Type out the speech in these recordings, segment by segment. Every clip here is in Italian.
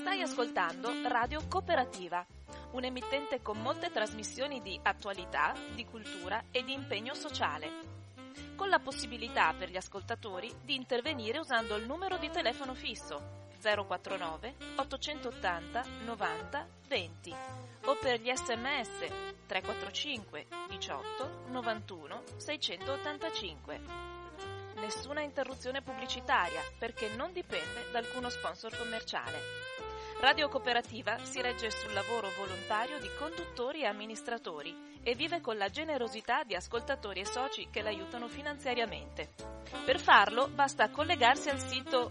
Stai ascoltando Radio Cooperativa, un emittente con molte trasmissioni di attualità, di cultura e di impegno sociale, con la possibilità per gli ascoltatori di intervenire usando il numero di telefono fisso 049 880 90 20 o per gli SMS 345 18 91 685. Nessuna interruzione pubblicitaria perché non dipende da alcuno sponsor commerciale. Radio Cooperativa si regge sul lavoro volontario di conduttori e amministratori e vive con la generosità di ascoltatori e soci che l'aiutano finanziariamente. Per farlo basta collegarsi al sito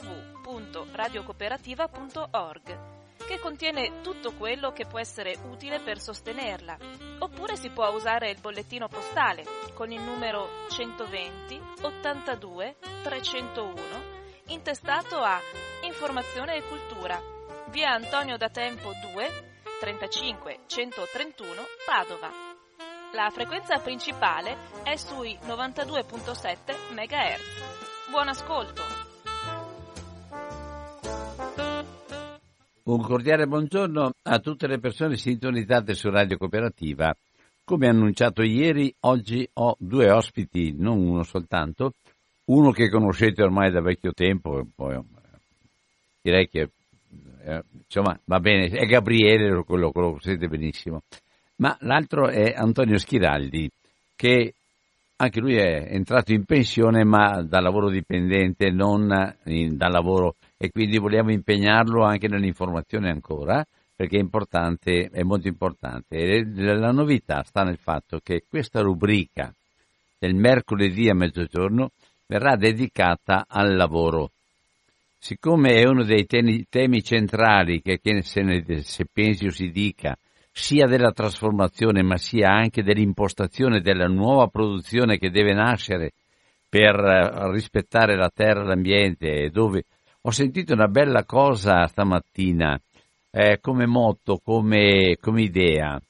www.radiocooperativa.org, che contiene tutto quello che può essere utile per sostenerla, oppure si può usare il bollettino postale con il numero 120 82 301 intestato a Informazione e Cultura, via Antonio da Tempo 2, 35 131 Padova. La frequenza principale è sui 92.7 MHz. Buon ascolto! Un cordiale buongiorno a tutte le persone sintonizzate su Radio Cooperativa. Come annunciato ieri, oggi ho due ospiti, non uno soltanto, uno che conoscete ormai da vecchio tempo, poi direi che insomma va bene, è Gabriele, quello lo conoscete benissimo, ma l'altro è Antonio Schiraldi, che anche lui è entrato in pensione ma da lavoro dipendente, non da lavoro, e quindi vogliamo impegnarlo anche nell'informazione ancora, perché è importante, è molto importante. E la novità sta nel fatto che questa rubrica del mercoledì a mezzogiorno verrà dedicata al lavoro. Siccome è uno dei temi centrali che se pensi o si dica, sia della trasformazione ma sia anche dell'impostazione della nuova produzione che deve nascere per rispettare la terra e l'ambiente, dove ho sentito una bella cosa stamattina come motto, come idea,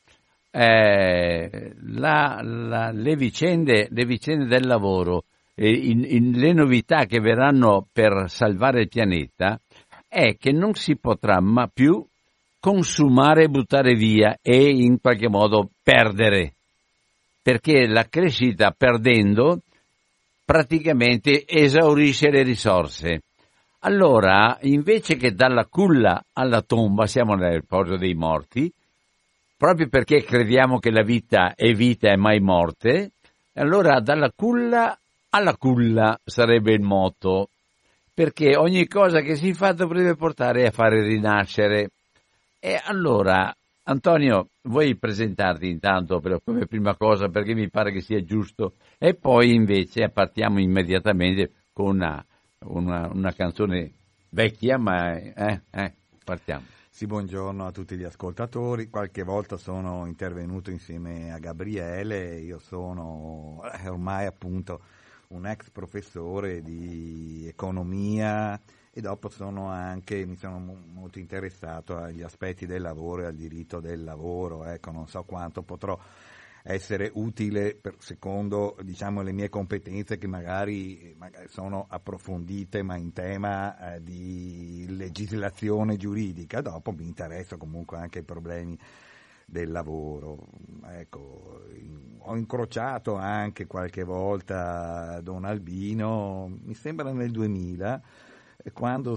le vicende del lavoro, le novità che verranno per salvare il pianeta è che non si potrà ma più consumare e buttare via e in qualche modo perdere, perché la crescita perdendo praticamente esaurisce le risorse. Allora, invece che dalla culla alla tomba, siamo nel riposo dei morti, proprio perché crediamo che la vita è vita e mai morte, allora dalla culla alla culla sarebbe il motto, perché ogni cosa che si fa dovrebbe portare a fare rinascere. E allora, Antonio, vuoi presentarti intanto come prima cosa, perché mi pare che sia giusto, e poi invece partiamo immediatamente con una canzone vecchia, ma partiamo. Sì, buongiorno a tutti gli ascoltatori. Qualche volta sono intervenuto insieme a Gabriele, io sono ormai appunto un ex professore di economia e dopo mi sono molto interessato agli aspetti del lavoro e al diritto del lavoro. Ecco, non so quanto potrò essere utile secondo, diciamo, le mie competenze che magari sono approfondite, ma in tema di legislazione giuridica. Dopo mi interessa comunque anche ai problemi del lavoro. Ecco, ho incrociato anche qualche volta Don Albino, mi sembra nel 2000, quando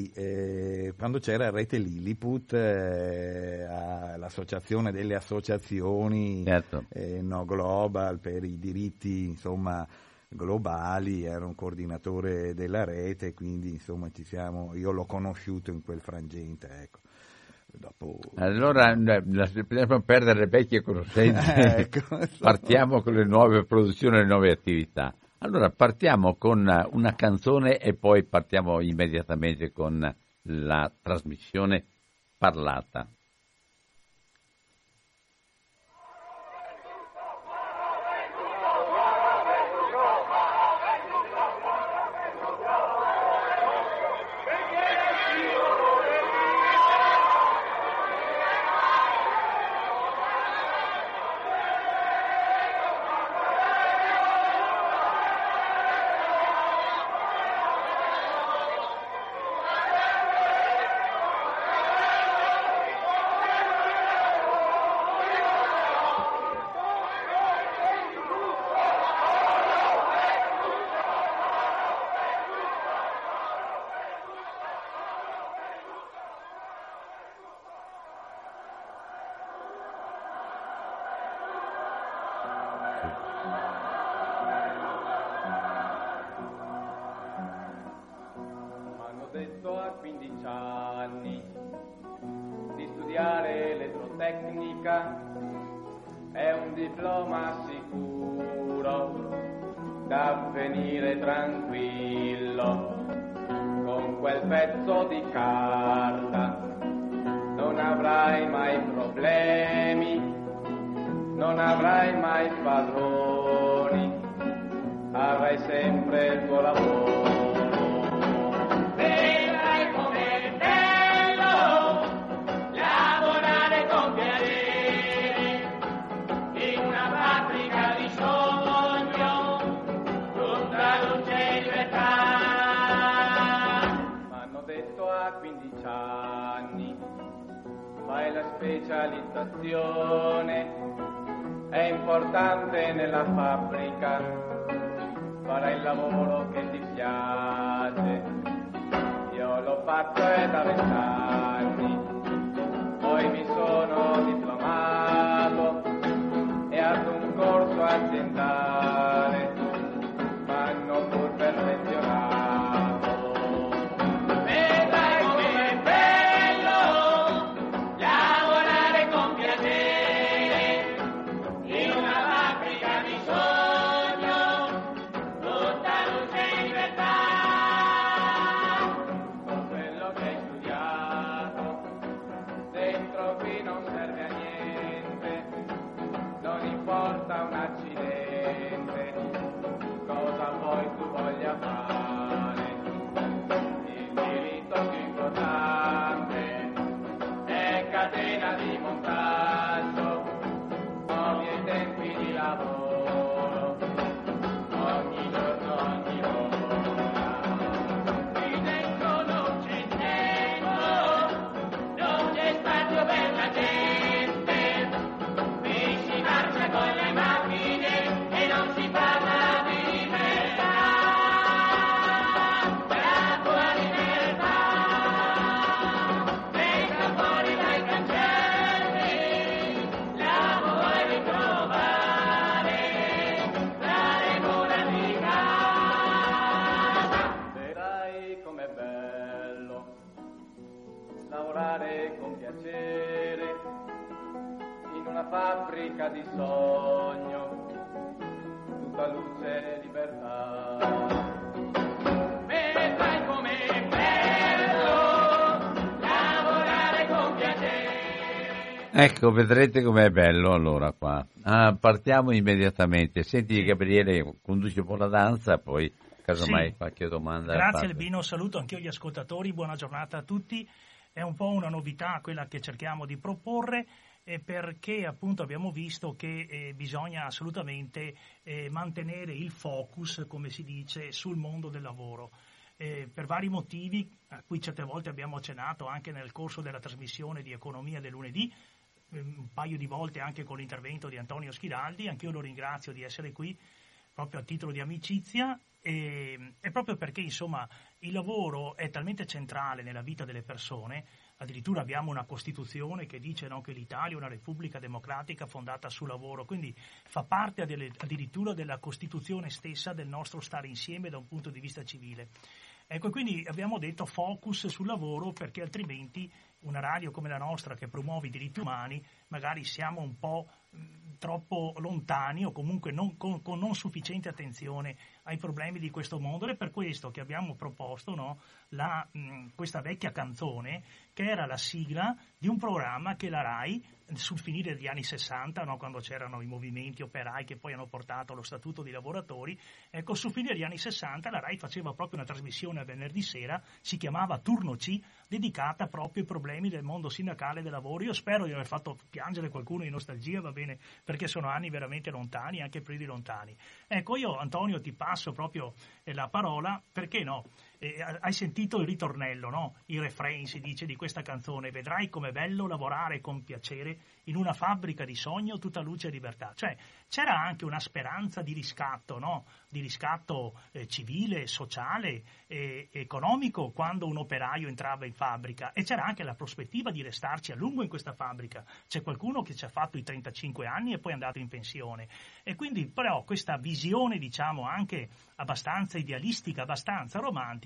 c'era Rete Lilliput, l'associazione delle associazioni, certo. No Global, per i diritti insomma globali, ero un coordinatore della rete, quindi insomma io l'ho conosciuto in quel frangente, ecco. Dopo, allora dobbiamo perdere le vecchie conoscenze, ecco, partiamo con le nuove produzioni, le nuove attività. Allora partiamo con una canzone e poi partiamo immediatamente con la trasmissione parlata. detto a 15 anni di studiare elettrotecnica, è un diploma sicuro da venire tranquillo con quel pezzo di carta. Non avrai mai problemi, non avrai mai padroni, avrai sempre il tuo lavoro. Vedrai com'è bello lavorare con piacere in una fabbrica di sogno, tutta luce e libertà. M'hanno detto a 15 anni fai la specializzazione, è importante nella fabbrica, farai il lavoro che ti piace. Io l'ho fatto da 20 anni, poi mi sono diplomato e ad un corso aziendale m'hanno pur perfezionato. Fabbrica di sogno, tutta luce e libertà. Vedrai com'è bello lavorare con piacere. Ecco, vedrete com'è bello allora qua. Partiamo immediatamente. Senti Gabriele, conduci un po' la danza, poi casomai qualche domanda. Grazie Albino, saluto anch'io gli ascoltatori, buona giornata a tutti. È un po' una novità quella che cerchiamo di proporre, perché appunto abbiamo visto che bisogna assolutamente mantenere il focus, come si dice, sul mondo del lavoro. Per vari motivi, a cui certe volte abbiamo accennato anche nel corso della trasmissione di Economia del lunedì, un paio di volte anche con l'intervento di Antonio Schiraldi, anch'io lo ringrazio di essere qui proprio a titolo di amicizia, e proprio perché insomma il lavoro è talmente centrale nella vita delle persone. Addirittura abbiamo una Costituzione che dice, no, che l'Italia è una repubblica democratica fondata sul lavoro, quindi fa parte addirittura della Costituzione stessa del nostro stare insieme da un punto di vista civile. Ecco, quindi abbiamo detto focus sul lavoro, perché altrimenti una radio come la nostra che promuove i diritti umani magari siamo un po' troppo lontani o comunque con non sufficiente attenzione ai problemi di questo mondo. Ed è per questo che abbiamo proposto, no, questa vecchia canzone che era la sigla di un programma che la RAI sul finire degli anni 60, no, quando c'erano i movimenti operai che poi hanno portato allo Statuto dei lavoratori, ecco, sul finire degli anni 60 la RAI faceva proprio una trasmissione a venerdì sera, si chiamava Turno C, dedicata proprio ai problemi del mondo sindacale e del lavoro. Io spero di aver fatto piangere qualcuno di nostalgia, va bene, perché sono anni veramente lontani, anche periodi lontani. Ecco, io Antonio ti passo proprio la parola, perché no? Hai sentito il ritornello, no? Il refrain, si dice, di questa canzone: vedrai com'è bello lavorare con piacere in una fabbrica di sogno, tutta luce e libertà. Cioè c'era anche una speranza di riscatto, no? Di riscatto civile, sociale, economico, quando un operaio entrava in fabbrica, e c'era anche la prospettiva di restarci a lungo in questa fabbrica. C'è qualcuno che ci ha fatto i 35 anni e poi è andato in pensione, e quindi però questa visione, diciamo, anche abbastanza idealistica, abbastanza romantica,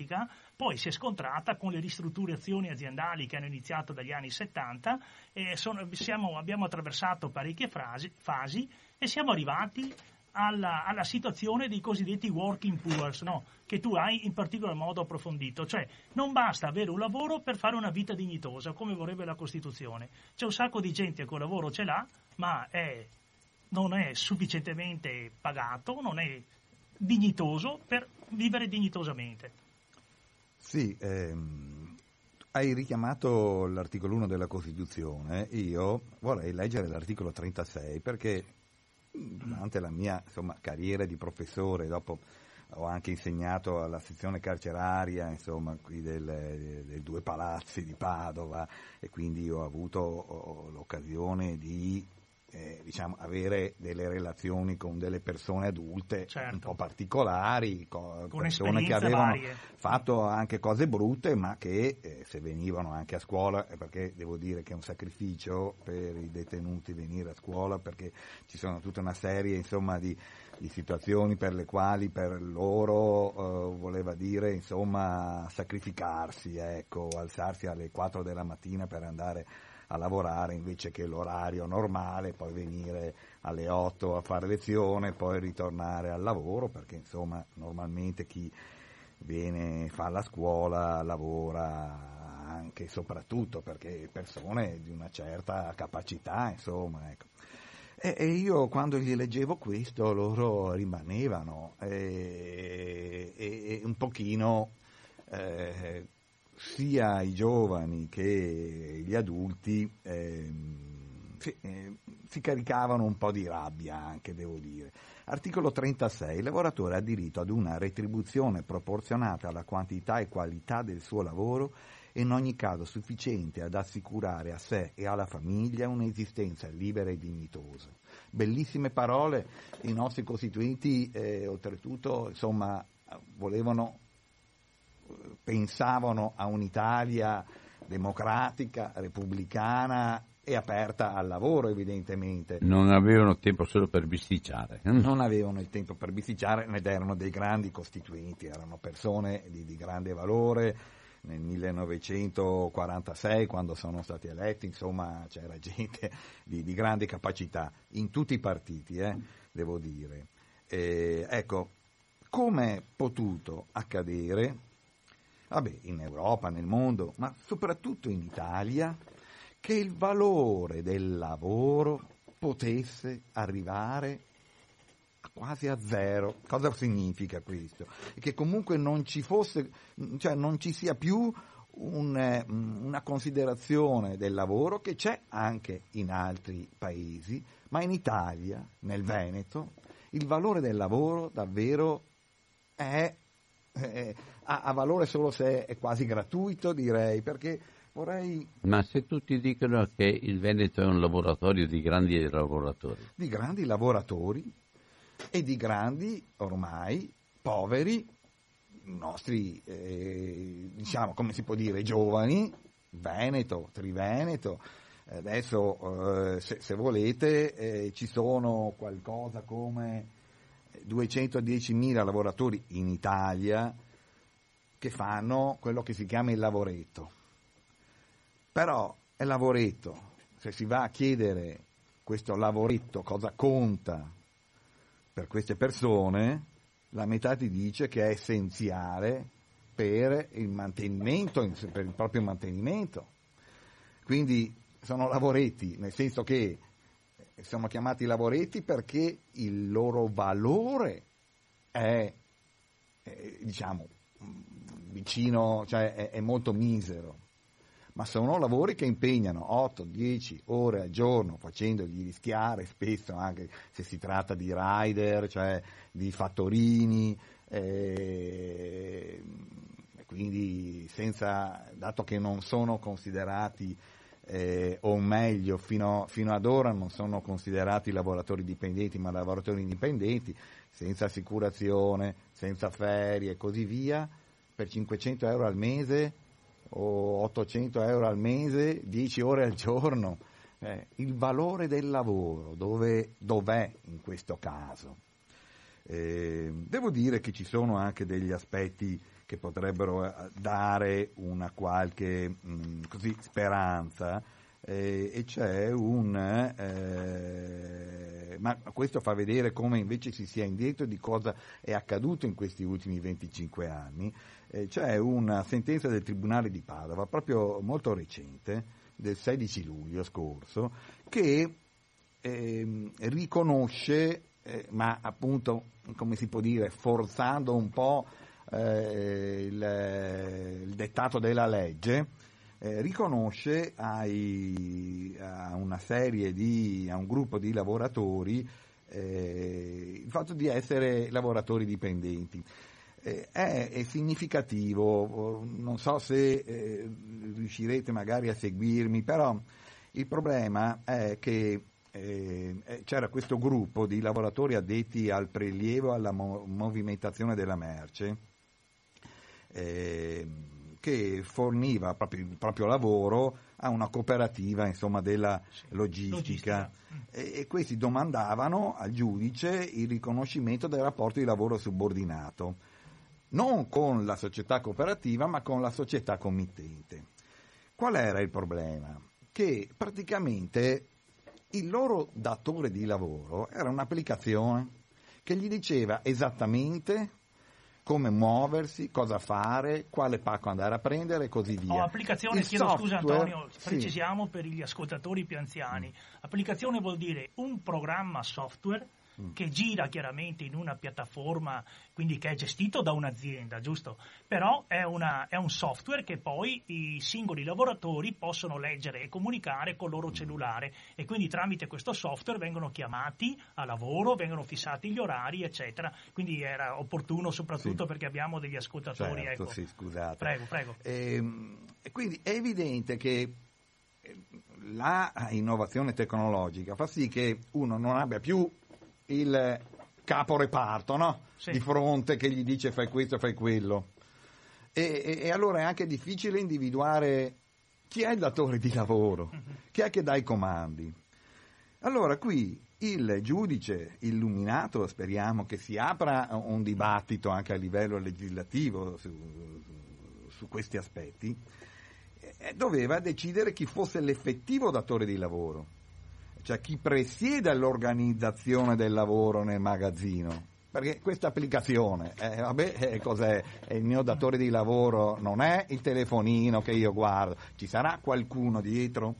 politica, poi si è scontrata con le ristrutturazioni aziendali che hanno iniziato dagli anni 70, abbiamo attraversato parecchie fasi e siamo arrivati alla situazione dei cosiddetti working poor, no? Che tu hai in particolar modo approfondito, cioè non basta avere un lavoro per fare una vita dignitosa come vorrebbe la Costituzione. C'è un sacco di gente che un lavoro ce l'ha, ma non è sufficientemente pagato, non è dignitoso per vivere dignitosamente. Sì, hai richiamato l'articolo 1 della Costituzione. Io vorrei leggere l'articolo 36 perché durante la mia carriera di professore, dopo ho anche insegnato alla sezione carceraria qui dei due palazzi di Padova, e quindi ho avuto l'occasione di avere delle relazioni con delle persone adulte, certo, un po' particolari, con persone che avevano varie, fatto anche cose brutte, ma che se venivano anche a scuola, perché devo dire che è un sacrificio per i detenuti venire a scuola, perché ci sono tutta una serie di situazioni per le quali per loro voleva dire sacrificarsi, alzarsi alle 4 della mattina per andare a lavorare invece che l'orario normale, poi venire alle 8 a fare lezione, poi ritornare al lavoro, perché normalmente chi fa la scuola lavora anche e soprattutto perché persone di una certa capacità, E io quando gli leggevo questo loro rimanevano e un pochino sia i giovani che gli adulti si caricavano un po' di rabbia anche, devo dire. Articolo 36. Il lavoratore ha diritto ad una retribuzione proporzionata alla quantità e qualità del suo lavoro e in ogni caso sufficiente ad assicurare a sé e alla famiglia un'esistenza libera e dignitosa. Bellissime parole. I nostri costituenti oltretutto pensavano a un'Italia democratica, repubblicana e aperta al lavoro, evidentemente. Non avevano tempo solo per bisticciare. Non avevano il tempo per bisticciare, ed erano dei grandi costituenti, erano persone di grande valore. Nel 1946, quando sono stati eletti, c'era gente di grande capacità, in tutti i partiti, devo dire. Come è potuto accadere in Europa, nel mondo, ma soprattutto in Italia, che il valore del lavoro potesse arrivare quasi a zero? Cosa significa questo? Che comunque non ci fosse, non ci sia più una considerazione del lavoro, che c'è anche in altri paesi, ma in Italia, nel Veneto, il valore del lavoro davvero ha valore solo se è quasi gratuito, direi, perché vorrei... Ma se tutti dicono che il Veneto è un laboratorio di grandi lavoratori. Di grandi lavoratori e di grandi, ormai, poveri, nostri, come si può dire, giovani, Veneto, Triveneto. Adesso, se volete, ci sono qualcosa come 210.000 lavoratori in Italia che fanno quello che si chiama il lavoretto. Però il lavoretto, se si va a chiedere questo lavoretto cosa conta per queste persone, la metà ti dice che è essenziale per il mantenimento, per il proprio mantenimento. Quindi sono lavoretti, nel senso che sono chiamati lavoretti perché il loro valore è vicino, è molto misero, ma sono lavori che impegnano 8-10 ore al giorno, facendogli rischiare spesso, anche se si tratta di rider, cioè di fattorini, quindi dato che non sono considerati, o meglio fino ad ora non sono considerati lavoratori dipendenti, ma lavoratori indipendenti, senza assicurazione, senza ferie e così via, per 500 euro al mese o 800 euro al mese, 10 ore al giorno. Il valore del lavoro dov'è in questo caso? Devo dire che ci sono anche degli aspetti che potrebbero dare una qualche così speranza, e c'è ma questo fa vedere come invece si sia indietro di cosa è accaduto in questi ultimi 25 anni. C'è una sentenza del Tribunale di Padova, proprio molto recente, del 16 luglio scorso, che riconosce, ma appunto, come si può dire, forzando un po' il dettato della legge, riconosce a un gruppo di lavoratori il fatto di essere lavoratori dipendenti. È significativo, non so se riuscirete magari a seguirmi, però il problema è che c'era questo gruppo di lavoratori addetti al prelievo, alla movimentazione della merce, che forniva il proprio lavoro a una cooperativa, insomma, della logistica. E questi domandavano al giudice il riconoscimento del rapporto di lavoro subordinato, non con la società cooperativa ma con la società committente. Qual era il problema? Che praticamente il loro datore di lavoro era un'applicazione che gli diceva esattamente come muoversi, cosa fare, quale pacco andare a prendere e così via. Applicazione, scusa Antonio, precisiamo per gli ascoltatori più anziani. Applicazione vuol dire un programma software che gira chiaramente in una piattaforma, quindi che è gestito da un'azienda, giusto? Però è un software che poi i singoli lavoratori possono leggere e comunicare col loro cellulare, e quindi tramite questo software vengono chiamati a lavoro, vengono fissati gli orari, eccetera. Quindi era opportuno soprattutto perché abbiamo degli ascoltatori. Certo, ecco. sì, scusate. Prego. E quindi è evidente che la innovazione tecnologica fa sì che uno non abbia più il caporeparto, no? Sì. Di fronte, che gli dice fai questo, fai quello, e allora è anche difficile individuare chi è il datore di lavoro, chi è che dà i comandi. Allora qui il giudice illuminato, speriamo che si apra un dibattito anche a livello legislativo su questi aspetti, doveva decidere chi fosse l'effettivo datore di lavoro, cioè chi presiede l'organizzazione del lavoro nel magazzino, perché questa applicazione, cos'è? Il mio datore di lavoro non è il telefonino che io guardo, ci sarà qualcuno dietro?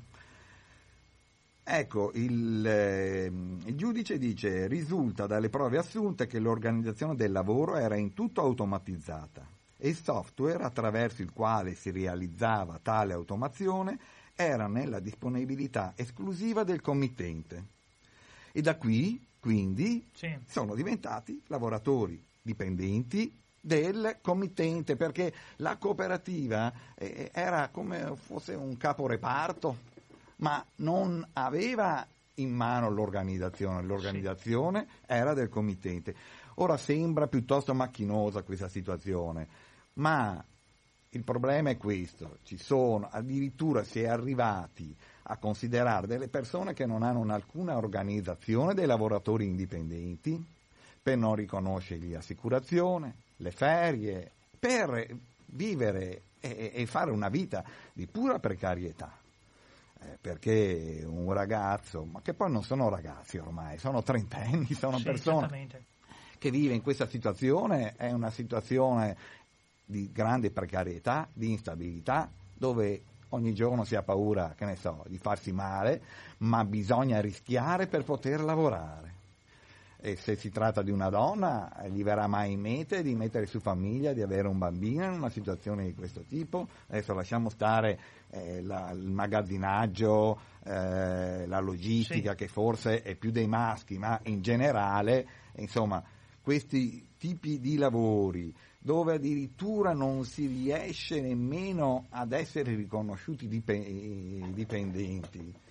Ecco, il giudice dice: risulta dalle prove assunte che l'organizzazione del lavoro era in tutto automatizzata e il software attraverso il quale si realizzava tale automazione era nella disponibilità esclusiva del committente, e da qui quindi sono diventati lavoratori dipendenti del committente, perché la cooperativa era come fosse un caporeparto, ma non aveva in mano l'organizzazione era del committente. Ora sembra piuttosto macchinosa questa situazione, ma il problema è questo: addirittura si è arrivati a considerare delle persone che non hanno alcuna organizzazione dei lavoratori indipendenti, per non riconoscergli l'assicurazione, le ferie, per vivere e fare una vita di pura precarietà. Perché un ragazzo, ma che poi non sono ragazzi ormai, sono trentenni, sono persone che vive in questa situazione, è una situazione di grande precarietà, di instabilità, dove ogni giorno si ha paura, che ne so, di farsi male, ma bisogna rischiare per poter lavorare. E se si tratta di una donna, gli verrà mai in mente di mettere su famiglia, di avere un bambino in una situazione di questo tipo? Adesso lasciamo stare il magazzinaggio, la logistica, che forse è più dei maschi, ma in generale, insomma, questi tipi di lavori dove addirittura non si riesce nemmeno ad essere riconosciuti dipendenti,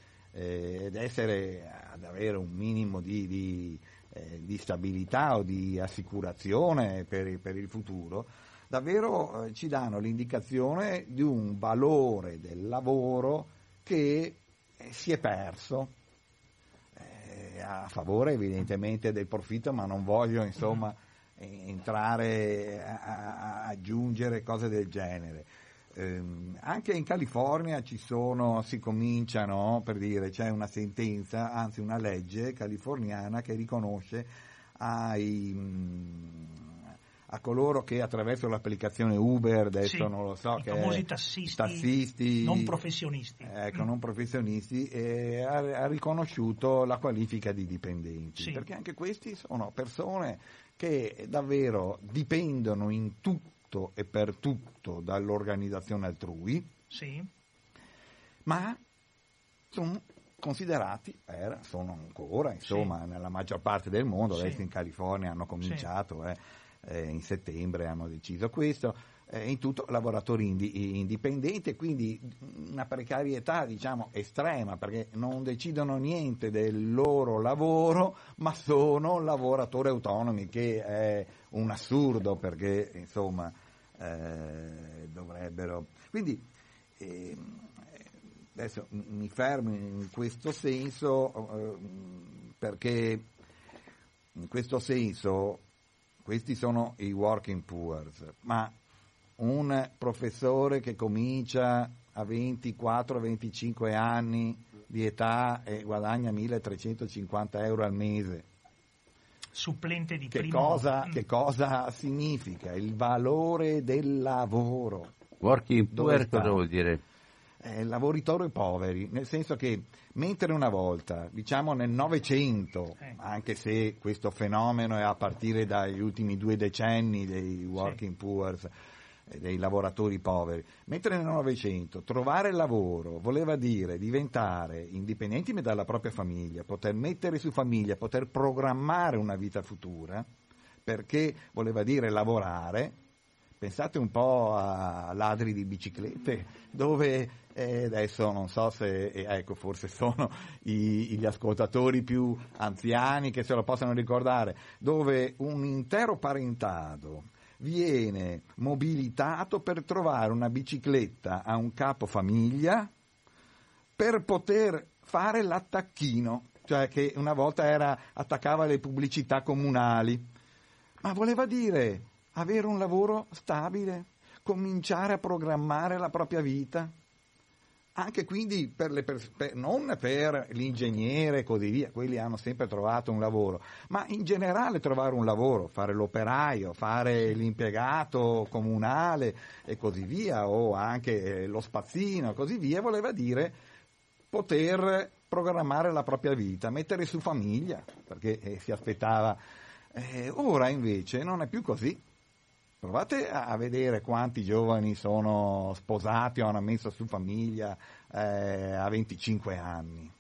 ad avere un minimo di stabilità o di assicurazione per il futuro, davvero ci danno l'indicazione di un valore del lavoro che si è perso a favore evidentemente del profitto, ma non voglio entrare a aggiungere cose del genere. Anche in California si cominciano, per dire, c'è una sentenza, anzi una legge californiana che riconosce a coloro che attraverso l'applicazione Uber, adesso non lo so, i famosi tassisti non professionisti, non professionisti, ha riconosciuto la qualifica di dipendenti, perché anche questi sono persone che davvero dipendono in tutto e per tutto dall'organizzazione altrui, ma sono considerati, sono ancora, insomma, nella maggior parte del mondo, adesso in California hanno cominciato, in settembre hanno deciso questo, in tutto lavoratori indipendenti, quindi una precarietà, diciamo, estrema, perché non decidono niente del loro lavoro, ma sono lavoratori autonomi, che è un assurdo, perché insomma dovrebbero. Quindi adesso mi fermo in questo senso, perché in questo senso questi sono i working poor, ma un professore che comincia a 24-25 anni di età e guadagna 1.350 euro al mese, supplente di che cosa significa il valore del lavoro? Working poor cosa vuol dire? Lavoratori poveri, nel senso che mentre una volta, diciamo nel Novecento, anche se questo fenomeno è a partire dagli ultimi 2 decenni dei working poor, dei lavoratori poveri, mentre nel Novecento trovare lavoro voleva dire diventare indipendenti dalla propria famiglia, poter mettere su famiglia, poter programmare una vita futura, perché voleva dire lavorare. Pensate un po' a ladri di biciclette, dove adesso non so se, forse sono gli ascoltatori più anziani che se lo possano ricordare, dove un intero parentado viene mobilitato per trovare una bicicletta a un capofamiglia per poter fare l'attacchino, cioè che una volta attaccava le pubblicità comunali, ma voleva dire avere un lavoro stabile, cominciare a programmare la propria vita, anche quindi non per l'ingegnere e così via, quelli hanno sempre trovato un lavoro, ma in generale trovare un lavoro, fare l'operaio, fare l'impiegato comunale e così via, o anche lo spazzino e così via, voleva dire poter programmare la propria vita, mettere su famiglia, perché si aspettava. Ora invece non è più così. Provate a vedere quanti giovani sono sposati o hanno messo su famiglia a 25 anni.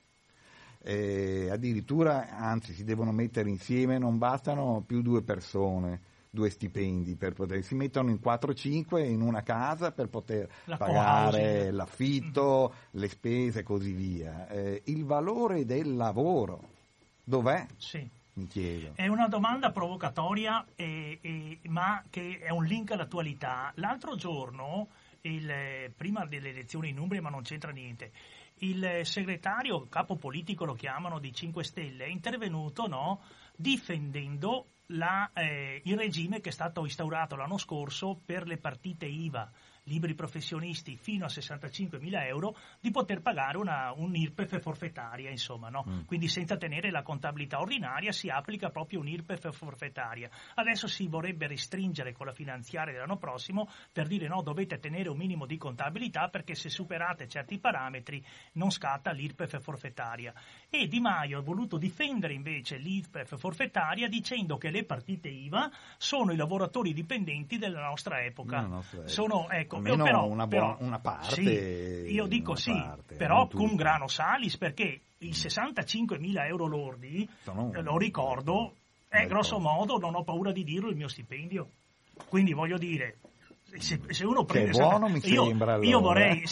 Addirittura, anzi, si devono mettere insieme, non bastano più 2 persone, 2 stipendi per poter, si mettono in 4-5 in una casa per poter pagare l'affitto, le spese e così via. Il valore del lavoro dov'è? Mi chiedo. È una domanda provocatoria, ma che è un link all'attualità. L'altro giorno, prima delle elezioni in Umbria, ma non c'entra niente, il segretario, capo politico lo chiamano, di 5 Stelle, è intervenuto difendendo il regime che è stato instaurato l'anno scorso per le partite IVA, liberi professionisti fino a 65.000 euro, di poter pagare un'IRPEF forfettaria, insomma, no? Quindi senza tenere la contabilità ordinaria si applica proprio un'IRPEF forfettaria. Adesso si vorrebbe restringere con la finanziaria dell'anno prossimo per dire no, dovete tenere un minimo di contabilità, perché se superate certi parametri non scatta l'IRPEF forfettaria. E Di Maio ha voluto difendere invece l'IRPEF forfettaria dicendo che le partite IVA sono i lavoratori dipendenti della nostra epoca. Sono, però, una parte. Sì, io dico parte, però cum grano salis, perché i 65.000 euro lordi, lo ricordo, grosso modo, non ho paura di dirlo, il mio stipendio. Quindi voglio dire, Se uno prende, che è buono, mi sembra. Io vorrei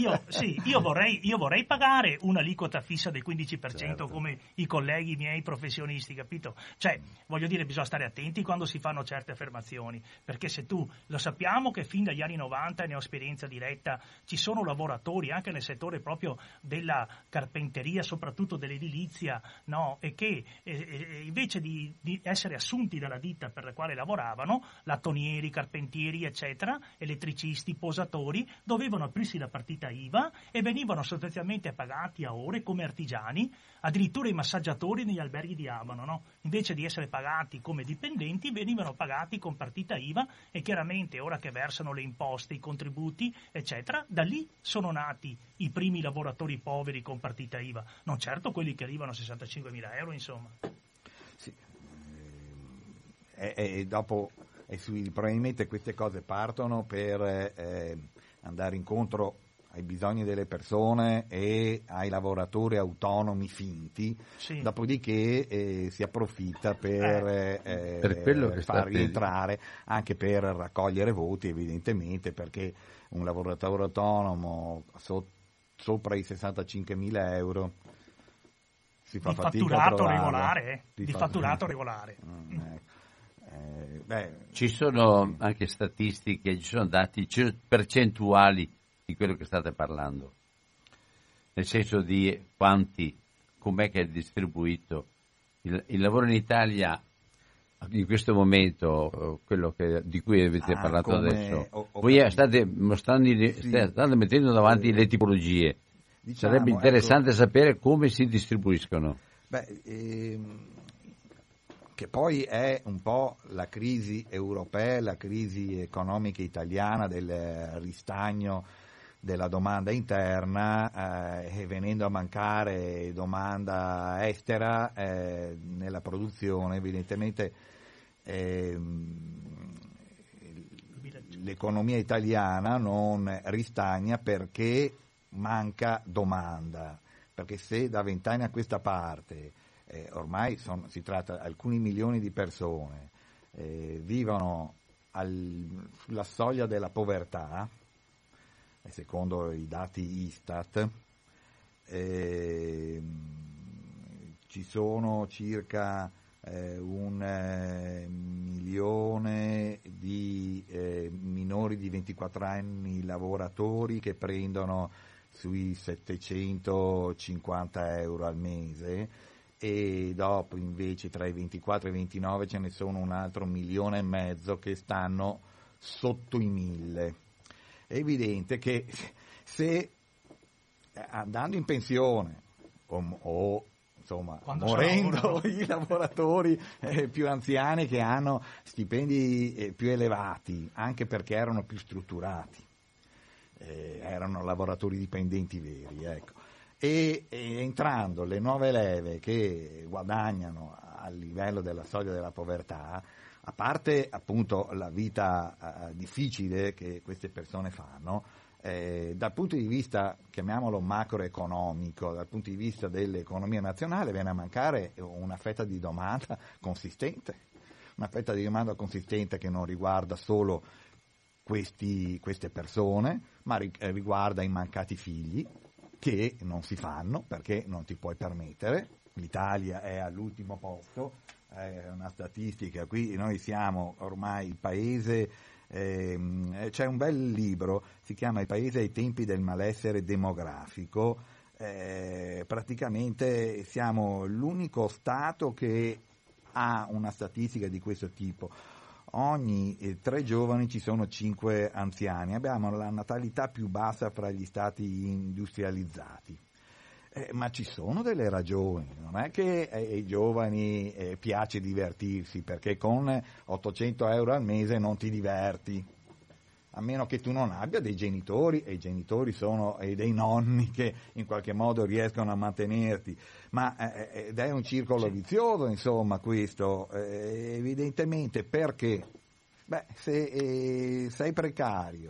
pagare un'aliquota fissa del 15%, certo, come i colleghi miei professionisti, capito? Cioè, voglio dire, bisogna stare attenti quando si fanno certe affermazioni, perché se tu, lo sappiamo che fin dagli anni 90, e ne ho esperienza diretta, ci sono lavoratori anche nel settore proprio della carpenteria, soprattutto dell'edilizia, no? E che invece di essere assunti dalla ditta per la quale lavoravano, lattonieri, carpentieri, eccetera, elettricisti, posatori, dovevano aprirsi la partita IVA e venivano sostanzialmente pagati a ore come artigiani, addirittura i massaggiatori negli alberghi di Abano, no? Invece di essere pagati come dipendenti venivano pagati con partita IVA, e chiaramente ora che versano le imposte, i contributi, eccetera, da lì sono nati i primi lavoratori poveri con partita IVA, non certo quelli che arrivano a 65.000 euro, insomma. Sì. E dopo probabilmente queste cose partono per andare incontro ai bisogni delle persone e ai lavoratori autonomi finti, sì, dopodiché si approfitta per far rientrare, anche per raccogliere voti, evidentemente, perché un lavoratore autonomo sopra i 65.000 euro si fa fatica a trovarlo. Di fatturato regolare. Ci sono anche statistiche, ci sono dati percentuali di quello che state parlando, nel senso di quanti, com'è che è distribuito il lavoro in Italia in questo momento, quello di cui avete parlato adesso. Voi state mettendo davanti le tipologie, diciamo, sarebbe interessante sapere come si distribuiscono. Che poi è un po' la crisi europea, la crisi economica italiana del ristagno della domanda interna, e venendo a mancare domanda estera nella produzione, evidentemente l'economia italiana non ristagna perché manca domanda, perché se da 20 anni a questa parte ormai si tratta di alcuni milioni di persone vivono sulla soglia della povertà, secondo i dati Istat, ci sono circa 1 milione di minori di 24 anni lavoratori che prendono sui 750 euro al mese, e dopo invece tra i 24 e i 29 ce ne sono un altro 1,5 milioni che stanno sotto i 1.000. È evidente che se andando in pensione o insomma morendo i lavoratori più anziani che hanno stipendi più elevati, anche perché erano più strutturati, erano lavoratori dipendenti veri, ecco. E entrando le nuove leve che guadagnano a livello della soglia della povertà, a parte appunto la vita difficile che queste persone fanno, dal punto di vista, chiamiamolo macroeconomico, dal punto di vista dell'economia nazionale viene a mancare una fetta di domanda consistente, che non riguarda solo queste persone, ma riguarda i mancati figli, che non si fanno perché non ti puoi permettere. L'Italia è all'ultimo posto, è una statistica, qui noi siamo ormai il paese, c'è un bel libro, si chiama Il paese ai tempi del malessere demografico, praticamente siamo l'unico Stato che ha una statistica di questo tipo. Ogni 3 giovani ci sono 5 anziani, abbiamo la natalità più bassa fra gli stati industrializzati, ma ci sono delle ragioni, non è che ai giovani piace divertirsi, perché con 800 euro al mese non ti diverti, a meno che tu non abbia dei genitori, e i genitori sono dei nonni che in qualche modo riescono a mantenerti, ma ed è un circolo vizioso, insomma, questo, evidentemente, perché se sei precario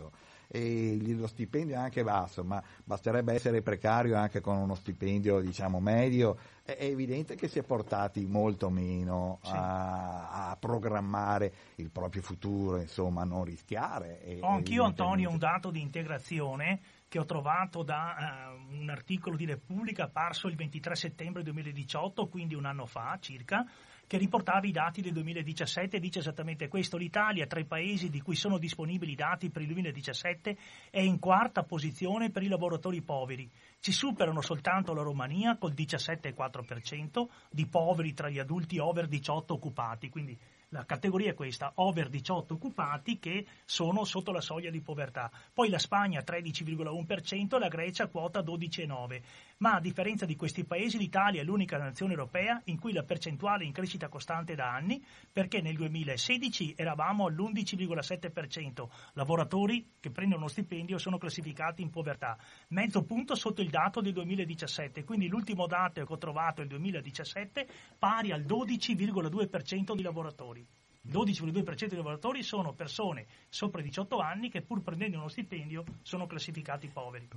e lo stipendio è anche basso, ma basterebbe essere precario anche con uno stipendio diciamo medio, è evidente che si è portati molto meno a programmare il proprio futuro, insomma, a non rischiare. Ho anch'io, Antonio, un dato di integrazione che ho trovato da un articolo di Repubblica apparso il 23 settembre 2018, quindi un anno fa circa, che riportava i dati del 2017 e dice esattamente questo: l'Italia, tra i paesi di cui sono disponibili i dati per il 2017, è in quarta posizione per i lavoratori poveri. Ci superano soltanto la Romania col 17,4% di poveri tra gli adulti over 18 occupati, quindi la categoria è questa, over 18 occupati che sono sotto la soglia di povertà. Poi la Spagna 13,1% e la Grecia quota 12,9%. Ma a differenza di questi paesi l'Italia è l'unica nazione europea in cui la percentuale è in crescita costante da anni, perché nel 2016 eravamo all'11,7%, lavoratori che prendono uno stipendio sono classificati in povertà, mezzo punto sotto il dato del 2017, quindi l'ultimo dato che ho trovato è il 2017, pari al 12,2% di lavoratori. 12,2% di lavoratori sono persone sopra i 18 anni che pur prendendo uno stipendio sono classificati poveri.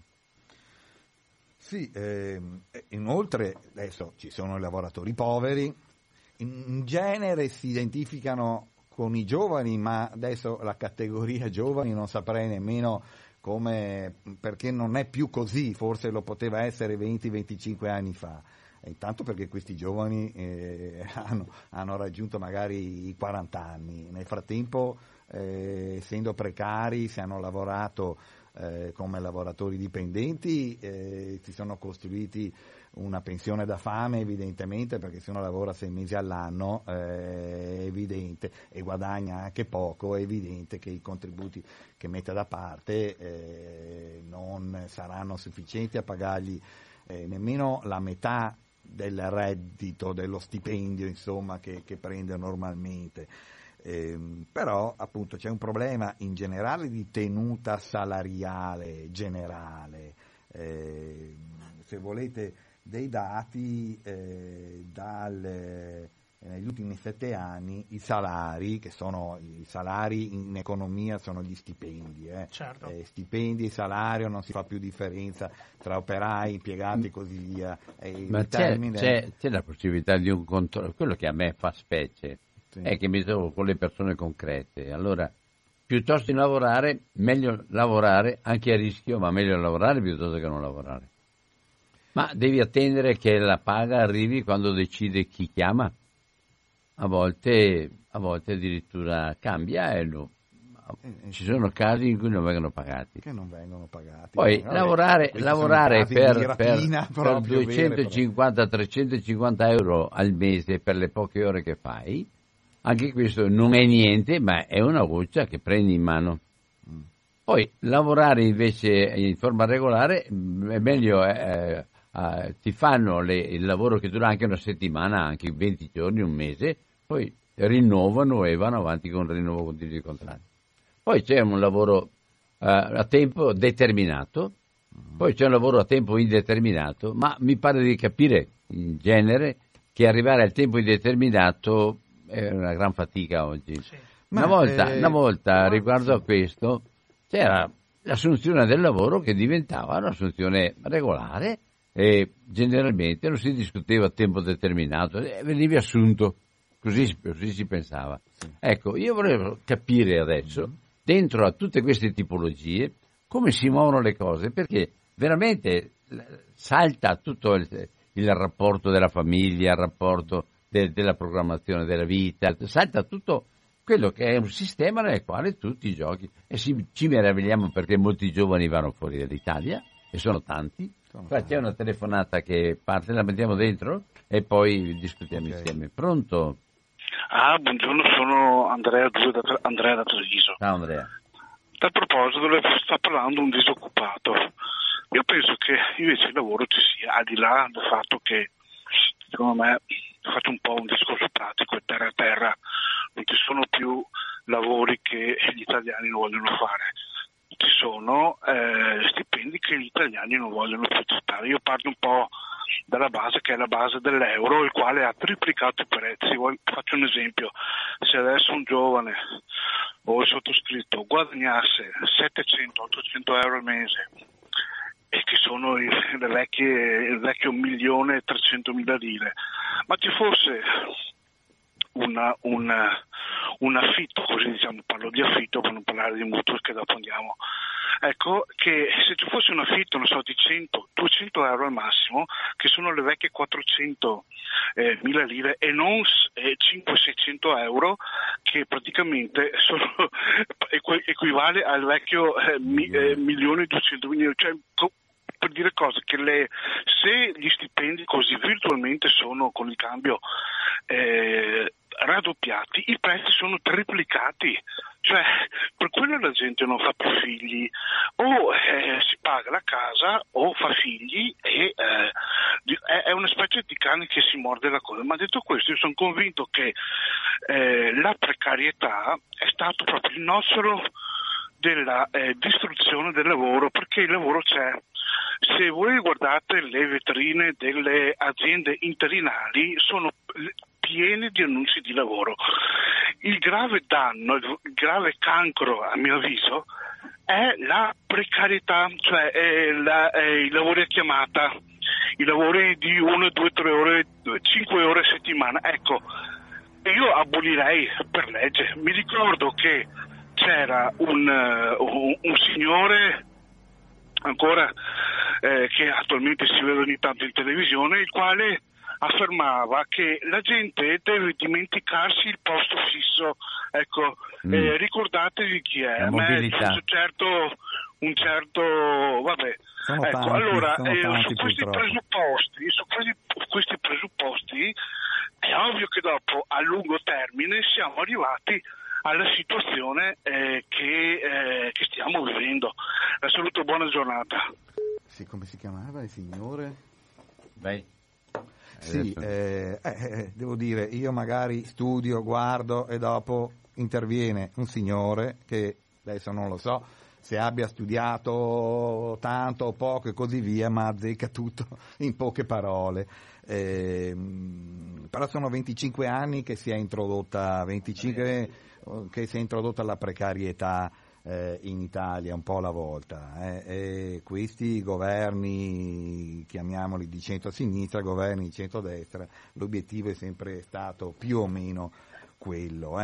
Sì, inoltre adesso ci sono i lavoratori poveri, in genere si identificano con i giovani, ma adesso la categoria giovani non saprei nemmeno come, perché non è più così, forse lo poteva essere 20-25 anni fa. Intanto perché questi giovani hanno raggiunto magari i 40 anni, nel frattempo essendo precari, se hanno lavorato come lavoratori dipendenti, si sono costruiti una pensione da fame evidentemente, perché se uno lavora 6 mesi all'anno è evidente, e guadagna anche poco, è evidente che i contributi che mette da parte non saranno sufficienti a pagargli nemmeno la metà del reddito, dello stipendio insomma che prende normalmente. Però appunto c'è un problema in generale di tenuta salariale generale, se volete dei dati negli ultimi 7 anni i salari, che sono i salari in economia sono gli stipendi, Certo. Stipendi e salario, non si fa più differenza tra operai, impiegati e così via. Ma c'è la possibilità di un controllo, quello che a me fa specie. Sì. È che mi trovo con le persone concrete, allora piuttosto di lavorare, meglio lavorare anche a rischio, ma meglio lavorare piuttosto che non lavorare. Ma devi attendere che la paga arrivi quando decide chi chiama, a volte addirittura cambia e ci sono casi in cui non vengono pagati. Che non vengono pagati. Poi lavorare per 250-350 euro al mese per le poche ore che fai, anche questo non è niente, ma è una goccia che prendi in mano. Poi lavorare invece in forma regolare è meglio, ti fanno il lavoro che dura anche una settimana, anche 20 giorni, un mese, poi rinnovano e vanno avanti con il rinnovo continuo di contratti. Poi c'è un lavoro a tempo determinato, poi c'è un lavoro a tempo indeterminato, ma mi pare di capire in genere che arrivare al tempo indeterminato è una gran fatica oggi. Sì. Una volta riguardo a questo c'era l'assunzione del lavoro che diventava un'assunzione regolare e generalmente non si discuteva a tempo determinato, venivi assunto, così si pensava. Sì. Ecco, io volevo capire adesso, dentro a tutte queste tipologie, come si muovono le cose, perché veramente salta tutto il rapporto della famiglia, il rapporto della programmazione della vita, salta tutto quello che è un sistema nel quale tutti giochi, e ci meravigliamo perché molti giovani vanno fuori dall'Italia, e sono tanti. Qua c'è una telefonata che parte, la mettiamo dentro e poi discutiamo insieme. Pronto? Buongiorno, sono Andrea da Treviso. Ciao Andrea. A proposito, sta parlando un disoccupato. Io penso che invece il lavoro ci sia, al di là del fatto che, secondo me, faccio un po' un discorso pratico, e terra a terra, non ci sono più lavori che gli italiani non vogliono fare. Ci sono stipendi che gli italiani non vogliono più accettare. Io parto un po' dalla base, che è la base dell'euro, il quale ha triplicato i prezzi. Faccio un esempio: se adesso un giovane o il sottoscritto guadagnasse 700-800 euro al mese, e che sono il vecchio 1.300.000 lire, ma ci fosse un affitto, così diciamo, parlo di affitto per non parlare di mutuo, che dopo andiamo. Ecco, che se ci fosse un affitto, non so, di 100-200 euro al massimo, che sono le vecchie 400.000 lire, e non 500-600 euro, che praticamente equivale al vecchio 1.200.000, cioè, per dire cosa, che se gli stipendi così virtualmente sono, con il cambio, raddoppiati, i prezzi sono triplicati, cioè per quello la gente non fa più figli, o si paga la casa o fa figli, e è una specie di cane che si morde la coda. Ma detto questo, io sono convinto che la precarietà è stato proprio il nocciolo della distruzione del lavoro, perché il lavoro c'è. Se voi guardate le vetrine delle aziende interinali, sono piene di annunci di lavoro. Il grave danno, il grave cancro, a mio avviso, è la precarietà, cioè i lavori a chiamata, i lavori di 1, 2, 3 ore, 5 ore a settimana. Ecco, io abolirei per legge. Mi ricordo che c'era un signore ancora che attualmente si vede ogni tanto in televisione, il quale affermava che la gente deve dimenticarsi il posto fisso. Ecco, ricordatevi chi è. La mobilità. Un certo vabbè. Sono ecco, tanti, allora tanti, su questi presupposti è ovvio che dopo, a lungo termine, siamo arrivati alla situazione che stiamo vivendo. La saluto, buona giornata. Sì, come si chiamava il signore? Beh, sì, devo dire, io magari studio, guardo e dopo interviene un signore che adesso non lo so se abbia studiato tanto o poco e così via, ma azzecca tutto in poche parole. Però sono 25 anni che si è introdotta la precarietà in Italia un po' alla volta, e questi governi, chiamiamoli di centro-sinistra, governi di centro-destra, l'obiettivo è sempre stato più o meno quello.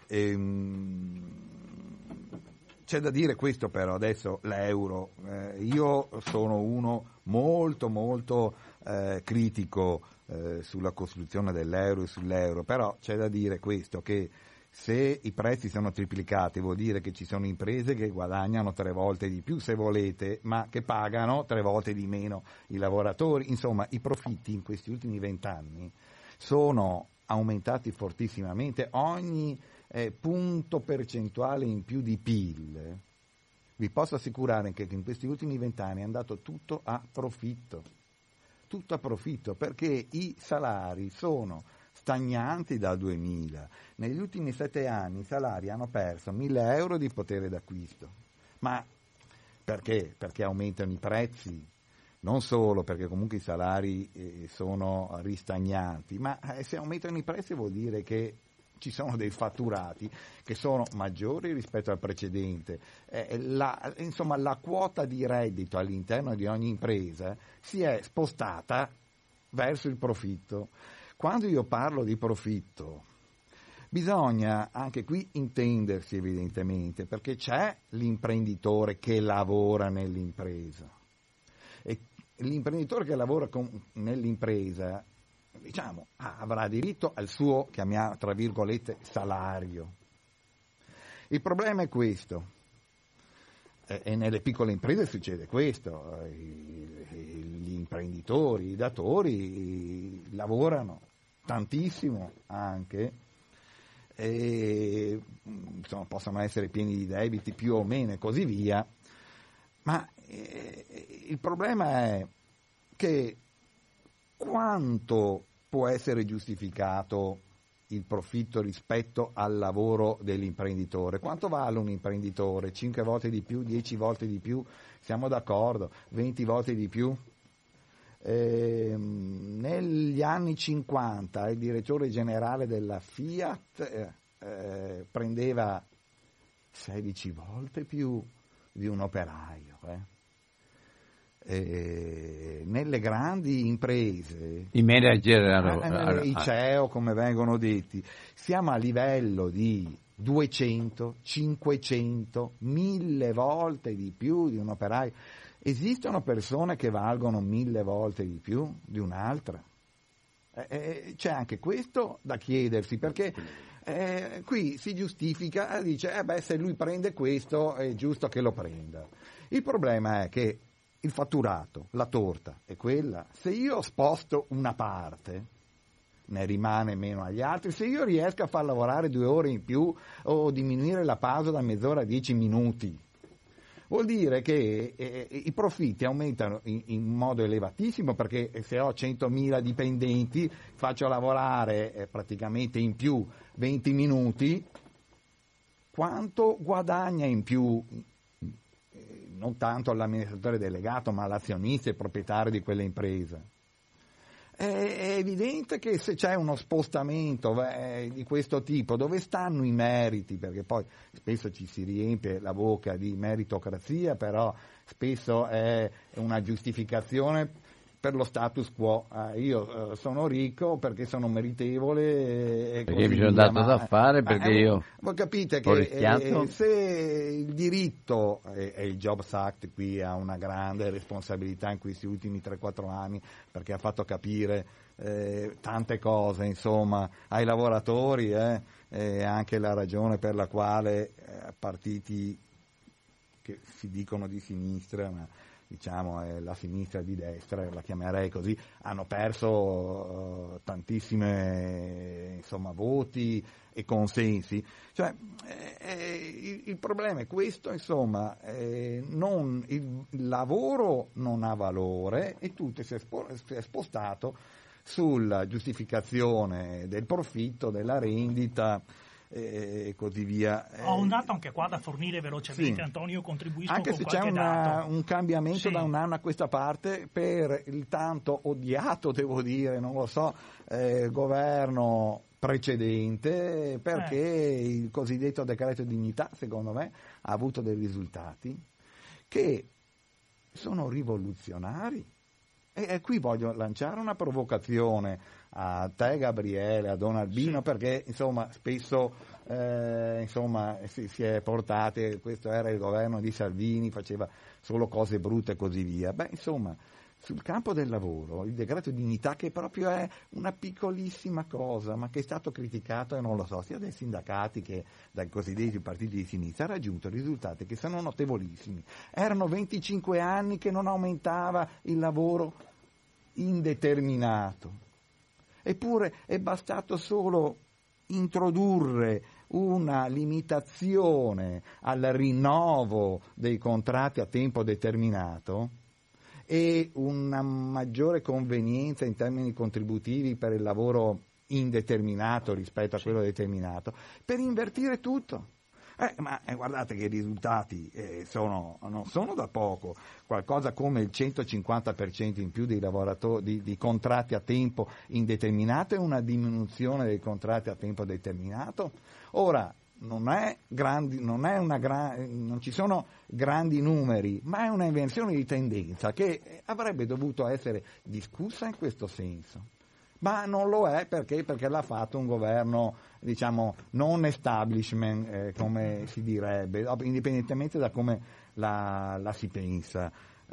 C'è da dire questo, però adesso l'euro, io sono uno molto molto critico sulla costruzione dell'euro e sull'euro, però c'è da dire questo, che se i prezzi sono triplicati vuol dire che ci sono imprese che guadagnano 3 volte di più, se volete, ma che pagano 3 volte di meno i lavoratori. Insomma, i profitti in questi ultimi 20 anni sono aumentati fortissimamente. Ogni punto percentuale in più di PIL, vi posso assicurare che in questi ultimi 20 anni è andato tutto a profitto, perché i salari sono stagnanti dal 2000. Negli ultimi 7 anni i salari hanno perso 1.000 euro di potere d'acquisto. Ma perché? Perché aumentano i prezzi, non solo perché comunque i salari sono ristagnanti, ma se aumentano i prezzi vuol dire che ci sono dei fatturati che sono maggiori rispetto al precedente. Insomma, la quota di reddito all'interno di ogni impresa si è spostata verso il profitto. Quando io parlo di profitto, bisogna anche qui intendersi evidentemente, perché c'è l'imprenditore che lavora nell'impresa, e l'imprenditore che lavora nell'impresa, diciamo, avrà diritto al suo, chiamiamo tra virgolette, salario. Il problema è questo, e nelle piccole imprese succede questo, gli imprenditori, i datori lavorano tantissimo anche, e insomma, possono essere pieni di debiti più o meno e così via, ma il problema è che quanto può essere giustificato il profitto rispetto al lavoro dell'imprenditore? Quanto vale un imprenditore? 5 volte di più, 10 volte di più? Siamo d'accordo? 20 volte di più? Negli anni 50 il direttore generale della Fiat prendeva 16 volte più di un operaio. Nelle grandi imprese, i manager, i CEO come vengono detti, siamo a livello di 200, 500, 1000 volte di più di un operaio. Esistono persone che valgono 1000 volte di più di un'altra. C'è anche questo da chiedersi, perché qui si giustifica, dice se lui prende questo è giusto che lo prenda. Il problema è che il fatturato, la torta è quella. Se io sposto una parte, ne rimane meno agli altri. Se io riesco a far lavorare 2 ore in più o diminuire la pausa da mezz'ora a 10 minuti, vuol dire che i profitti aumentano in modo elevatissimo, perché se ho 100.000 dipendenti, faccio lavorare praticamente in più 20 minuti, quanto guadagna in più? Non tanto l'amministratore delegato, ma l'azionista e il proprietario di quella impresa. È evidente che se c'è uno spostamento di questo tipo, dove stanno i meriti? Perché poi spesso ci si riempie la bocca di meritocrazia, però spesso è una giustificazione per lo status quo. Io sono ricco perché sono meritevole, perché mi sono dato da fare, perché io voi capite che se il diritto e il Jobs Act qui ha una grande responsabilità in questi ultimi 3-4 anni, perché ha fatto capire tante cose insomma ai lavoratori, anche la ragione per la quale partiti che si dicono di sinistra, ma diciamo la sinistra di destra, la chiamerei così, hanno perso tantissime insomma voti e consensi. Cioè il problema è questo, insomma, il lavoro non ha valore e tutto si è spostato sulla giustificazione del profitto, della rendita e così via. Ho un dato anche qua da fornire velocemente, sì. Antonio, contribuisco anche con se qualche c'è dato. Un cambiamento, sì, da un anno a questa parte per il tanto odiato, devo dire, non lo so, governo precedente, perché il cosiddetto decreto dignità, secondo me, ha avuto dei risultati che sono rivoluzionari. E qui voglio lanciare una provocazione a te, Gabriele, a Don Albino, sì, perché insomma spesso si è portate, questo era il governo di Salvini, faceva solo cose brutte e così via. Insomma, sul campo del lavoro, il decreto dignità, che proprio è una piccolissima cosa, ma che è stato criticato, e non lo so, sia dai sindacati che dai cosiddetti partiti di sinistra, ha raggiunto risultati che sono notevolissimi. Erano 25 anni che non aumentava il lavoro indeterminato, eppure è bastato solo introdurre una limitazione al rinnovo dei contratti a tempo determinato e una maggiore convenienza in termini contributivi per il lavoro indeterminato rispetto a quello determinato, per invertire tutto. Ma guardate che i risultati non sono da poco, qualcosa come il 150% in più dei lavoratori di contratti a tempo indeterminato e una diminuzione dei contratti a tempo determinato. Ora non ci sono grandi numeri, ma è una inversione di tendenza che avrebbe dovuto essere discussa in questo senso. Ma non lo è perché l'ha fatto un governo, diciamo, non establishment, come si direbbe, indipendentemente da come la si pensa.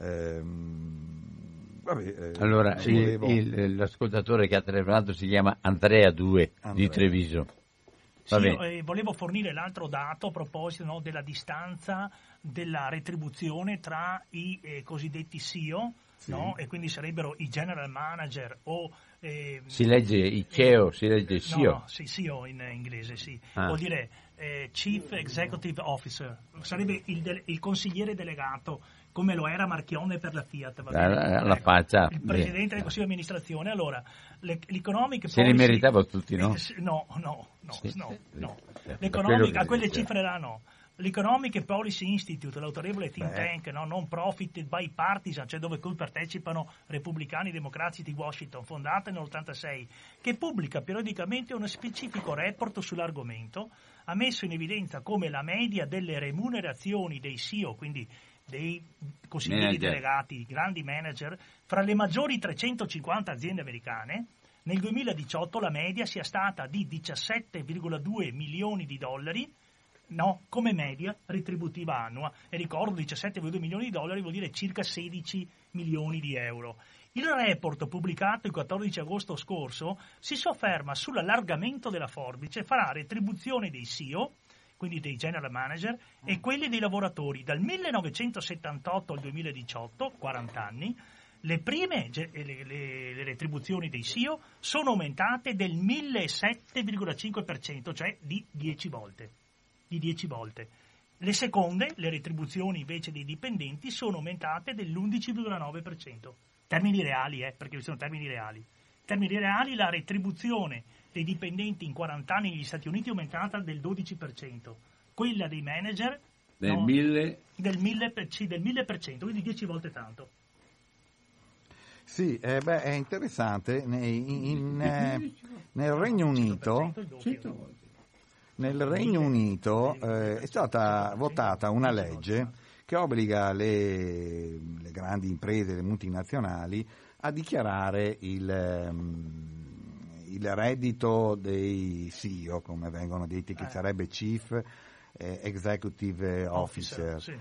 Allora, l'ascoltatore che ha telefonato si chiama Andrea 2 di Treviso. Sì, volevo fornire l'altro dato a proposito della distanza della retribuzione tra i cosiddetti CEO, sì, no? E quindi sarebbero i general manager o si legge i CEO, si legge CEO. No, sì, CEO in inglese, sì. Vuol dire Chief Executive Officer, sarebbe il consigliere delegato, come lo era Marchionne per la Fiat, va bene? La faccia. Il presidente del consiglio di amministrazione. Allora, l'economic se li meritava tutti, no? No. L'economica, a quelle cifre là no. L'Economic and Policy Institute, l'autorevole think tank non profit bipartisan, cioè cui partecipano repubblicani e democratici di Washington, fondata nell'86, che pubblica periodicamente uno specifico report sull'argomento, ha messo in evidenza come la media delle remunerazioni dei CEO, quindi dei consiglieri delegati, grandi manager, fra le maggiori 350 aziende americane, nel 2018 la media sia stata di 17,2 milioni di dollari, come media retributiva annua, e ricordo 17,2 milioni di dollari vuol dire circa 16 milioni di euro. Il report pubblicato il 14 agosto scorso si sofferma sull'allargamento della forbice fra retribuzione dei CEO, quindi dei general manager, e quelli dei lavoratori. Dal 1978 al 2018, 40 anni, le prime le retribuzioni dei CEO sono aumentate del 1.007,5%, cioè di 10 volte. Le seconde, le retribuzioni invece dei dipendenti, sono aumentate dell'11,9%. Termini reali, perché sono termini reali. Termini reali, la retribuzione dei dipendenti in 40 anni negli Stati Uniti è aumentata del 12%, quella dei manager del 1000%, quindi 10 volte tanto. Sì, è interessante. Nel Regno Unito è stata votata una legge che obbliga le grandi imprese, le multinazionali, a dichiarare il reddito dei CEO, come vengono detti, che sarebbe Chief Executive Officer. Sì.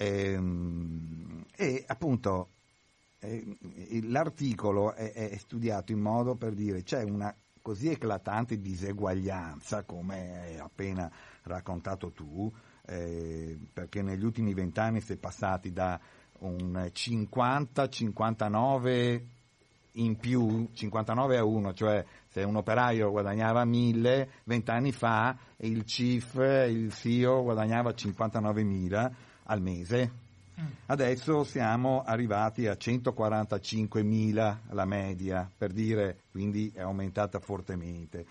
E appunto l'articolo è studiato in modo per dire c'è una così eclatante diseguaglianza, come hai appena raccontato tu, perché negli ultimi 20 anni si è passati da un 50-59 in più, 59 a 1, cioè se un operaio guadagnava 1.000, 20 anni fa il CEO guadagnava 59.000 al mese. Adesso siamo arrivati a 145.000 la media, per dire, quindi è aumentata fortemente.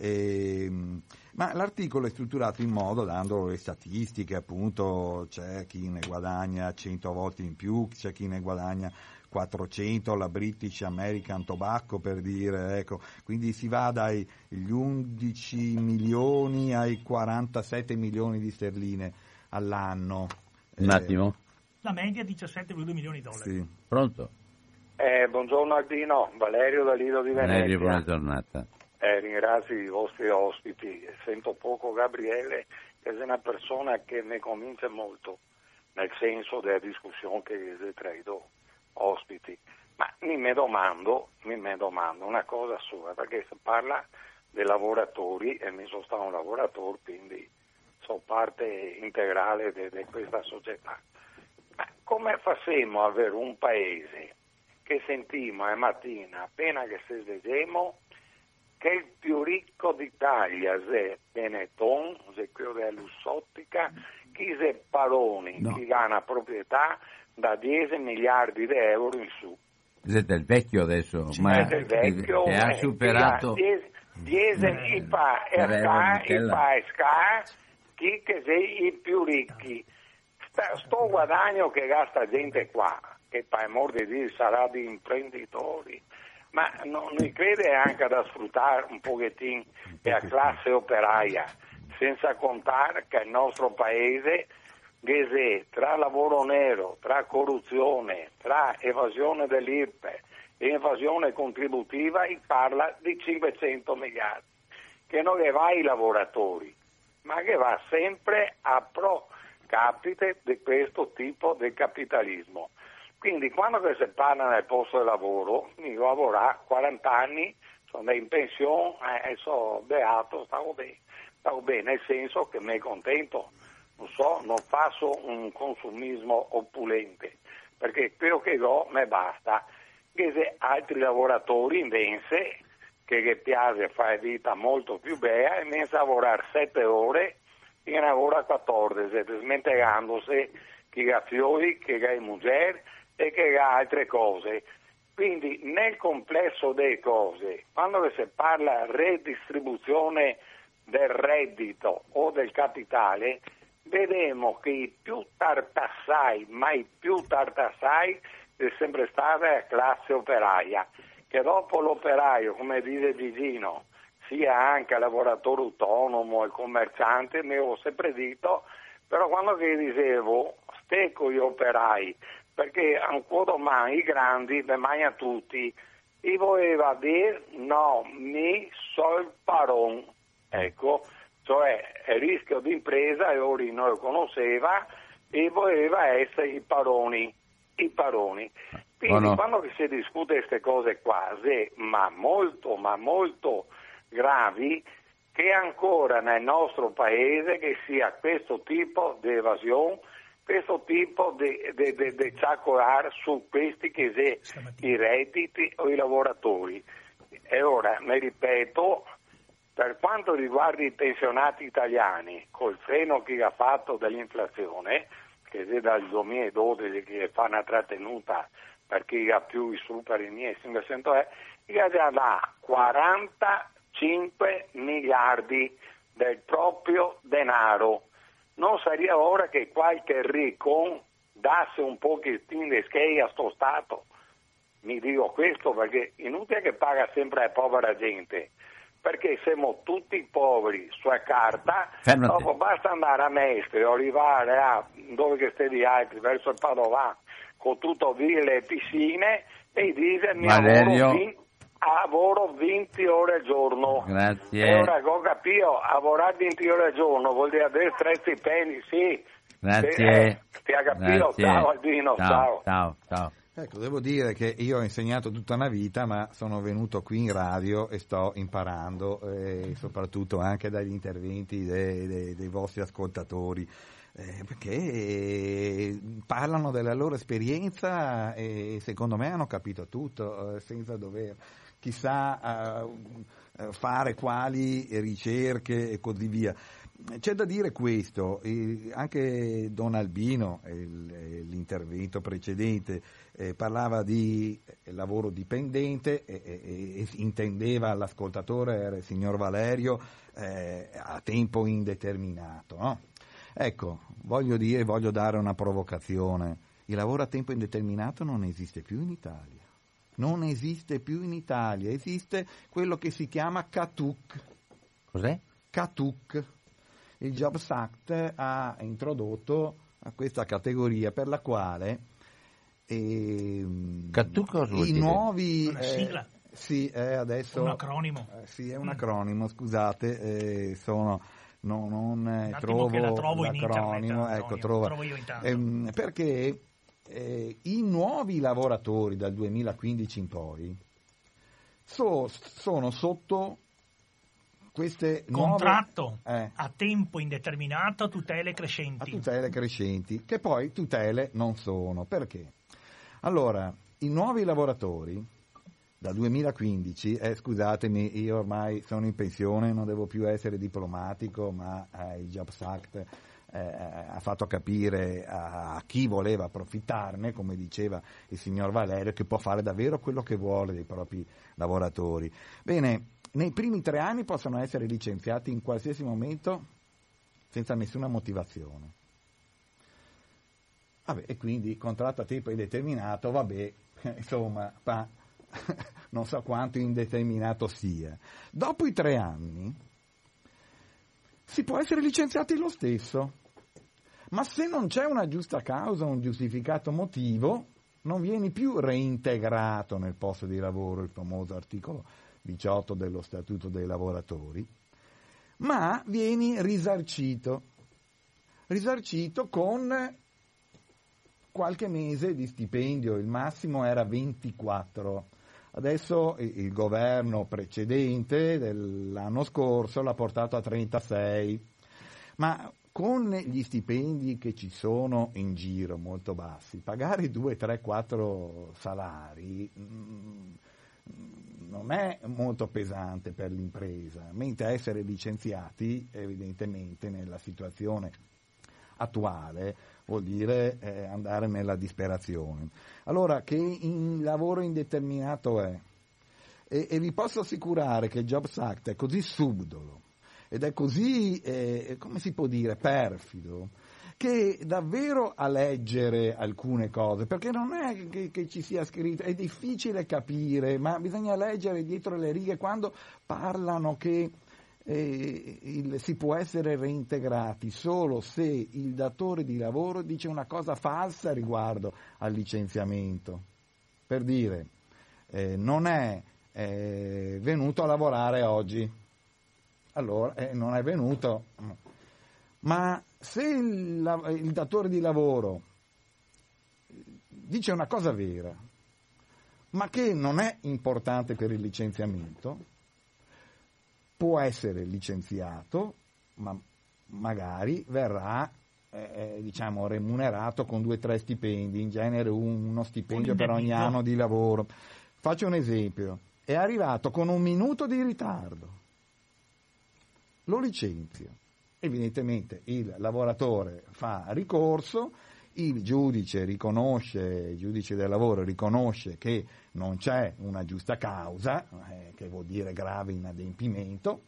Ma l'articolo è strutturato in modo, dando le statistiche, appunto, c'è chi ne guadagna 100 volte in più, c'è chi ne guadagna 400, la British American Tobacco, per dire, ecco, quindi si va dagli 11 milioni ai 47 milioni di sterline all'anno. Un attimo. La media 17,2 milioni di dollari. Sì. Pronto? Buongiorno Albino, Valerio da Lido di Venezia. Valerio, buona giornata. Ringrazio i vostri ospiti, sento poco Gabriele, che è una persona che mi convince molto nel senso della discussione che credo ospiti. Ma mi domando una cosa sola, perché si parla dei lavoratori e mi sono stato un lavoratore, quindi sono parte integrale di questa società. Ma come facciamo ad avere un paese che sentiamo mattina appena che si svegliamo che il più ricco d'Italia è Benetton, è quello della Lussottica, chi è Paroni, chi ha una proprietà da 10 miliardi di euro in su. Siete il vecchio adesso, Sì, ma il vecchio, che ha superato 10 IPA e SCA, chi che sei i più ricchi. Sto guadagno che gasta gente qua, che per amor di Dio sarà di imprenditori, ma non mi crede anche da sfruttare un pochettino la classe operaia, senza contare che il nostro paese, tra lavoro nero, tra corruzione, tra evasione dell'IRPE e evasione contributiva, parla di 500 miliardi, che non che va ai lavoratori, ma che va sempre a pro capite di questo tipo di capitalismo. Quindi quando si parla nel posto di lavoro, io lavoro 40 anni, sono in pensione, sono beato, stavo bene, nel senso che mi contento, non faccio un consumismo opulente, perché quello che ho me basta, che se altri lavoratori invece, che piace fare vita molto più bella, invece lavorare 7 ore, che lavora 14, smentegandosi chi ha fiori, chi ha mujer e che ha altre cose. Quindi nel complesso delle cose, quando si parla redistribuzione del reddito o del capitale, vedremo che i più tartassai, ma i più tartassai è sempre stata la classe operaia, che dopo l'operaio, come dice Gigino, sia anche lavoratore autonomo e commerciante, mi ho sempre detto, però quando che dicevo, stecco gli operai, perché ancora mai i grandi, le mangia tutti, e voleva dire no, mi so il paron, ecco, cioè il rischio di impresa e ora non lo conosceva e voleva essere i paroni. Quindi quando si discute queste cose quasi, ma molto gravi, che ancora nel nostro paese che sia questo tipo di evasione, questo tipo di ciaccolare su questi che sono i redditi o i lavoratori. E ora, mi ripeto, per quanto riguarda i pensionati italiani, col freno che ha fatto dell'inflazione, che è dal 2012 che fa una trattenuta perché ha più i super i miei 500 ha già da 45 miliardi del proprio denaro. Non sarebbe ora che qualche ricco dasse un pochettino di schei a sto Stato? Mi dico questo perché inutile che paga sempre la povera gente, perché siamo tutti poveri sulla carta, dopo basta andare a Mestre o arrivare a dove che stai di altri, verso il Padova, con tutto ville e piscine, e dice lavoro 20 ore al giorno. Grazie. E ora ho capito, lavorare 20 ore al giorno vuol dire avere 3 stipendi, sì. Grazie. Ti ha capito? Grazie. Ciao Aldino, ciao. Ecco, devo dire che io ho insegnato tutta una vita, ma sono venuto qui in radio e sto imparando, soprattutto anche dagli interventi dei vostri ascoltatori, perché parlano della loro esperienza e secondo me hanno capito tutto, senza dover chissà fare quali ricerche e così via. C'è da dire questo, anche Don Albino, l'intervento precedente, parlava di lavoro dipendente e intendeva l'ascoltatore, era il signor Valerio, a tempo indeterminato. No? Ecco, voglio dare una provocazione, il lavoro a tempo indeterminato non esiste più in Italia. Non esiste più in Italia, esiste quello che si chiama CATUC. Cos'è? CATUC. Il Jobs Act ha introdotto questa categoria per la quale CATUC cosa vuol dire? Nuovi una sigla? Sì, adesso un acronimo. Sì, è un acronimo, scusate, non trovo che la trovo l'acronimo, in internet, trovo io intanto. Perché i nuovi lavoratori dal 2015 in poi sono sotto queste contratto nuove, a tempo indeterminato a tutele crescenti, che poi tutele non sono. Perché? Allora, i nuovi lavoratori dal 2015, scusatemi, io ormai sono in pensione, non devo più essere diplomatico, ma il Jobs Act ha fatto capire a chi voleva approfittarne, come diceva il signor Valerio, che può fare davvero quello che vuole dei propri lavoratori. Bene, nei primi 3 anni possono essere licenziati in qualsiasi momento senza nessuna motivazione. Vabbè, e quindi contratto a tempo indeterminato, insomma, non so quanto indeterminato sia. Dopo i 3 anni si può essere licenziati lo stesso, ma se non c'è una giusta causa, un giustificato motivo, non vieni più reintegrato nel posto di lavoro, il famoso articolo 18 dello Statuto dei lavoratori, ma vieni risarcito con qualche mese di stipendio, il massimo era 24. Adesso il governo precedente dell'anno scorso l'ha portato a 36, ma con gli stipendi che ci sono in giro molto bassi, pagare 2, 3, 4 salari non è molto pesante per l'impresa, mentre essere licenziati evidentemente nella situazione attuale vuol dire andare nella disperazione. Allora, che in lavoro indeterminato è? E vi posso assicurare che il Jobs Act è così subdolo, ed è così, come si può dire, perfido, che davvero a leggere alcune cose, perché non è che ci sia scritto, è difficile capire, ma bisogna leggere dietro le righe quando parlano che si può essere reintegrati solo se il datore di lavoro dice una cosa falsa riguardo al licenziamento. Per dire, non è venuto a lavorare oggi, allora non è venuto, ma se il datore di lavoro dice una cosa vera, ma che non è importante per il licenziamento, può essere licenziato, ma magari verrà remunerato con 2 o 3 stipendi, in genere uno stipendio per ogni anno di lavoro. Faccio un esempio: è arrivato con 1 minuto di ritardo, lo licenzio, evidentemente il lavoratore fa ricorso, il giudice del lavoro riconosce che non c'è una giusta causa, che vuol dire grave inadempimento,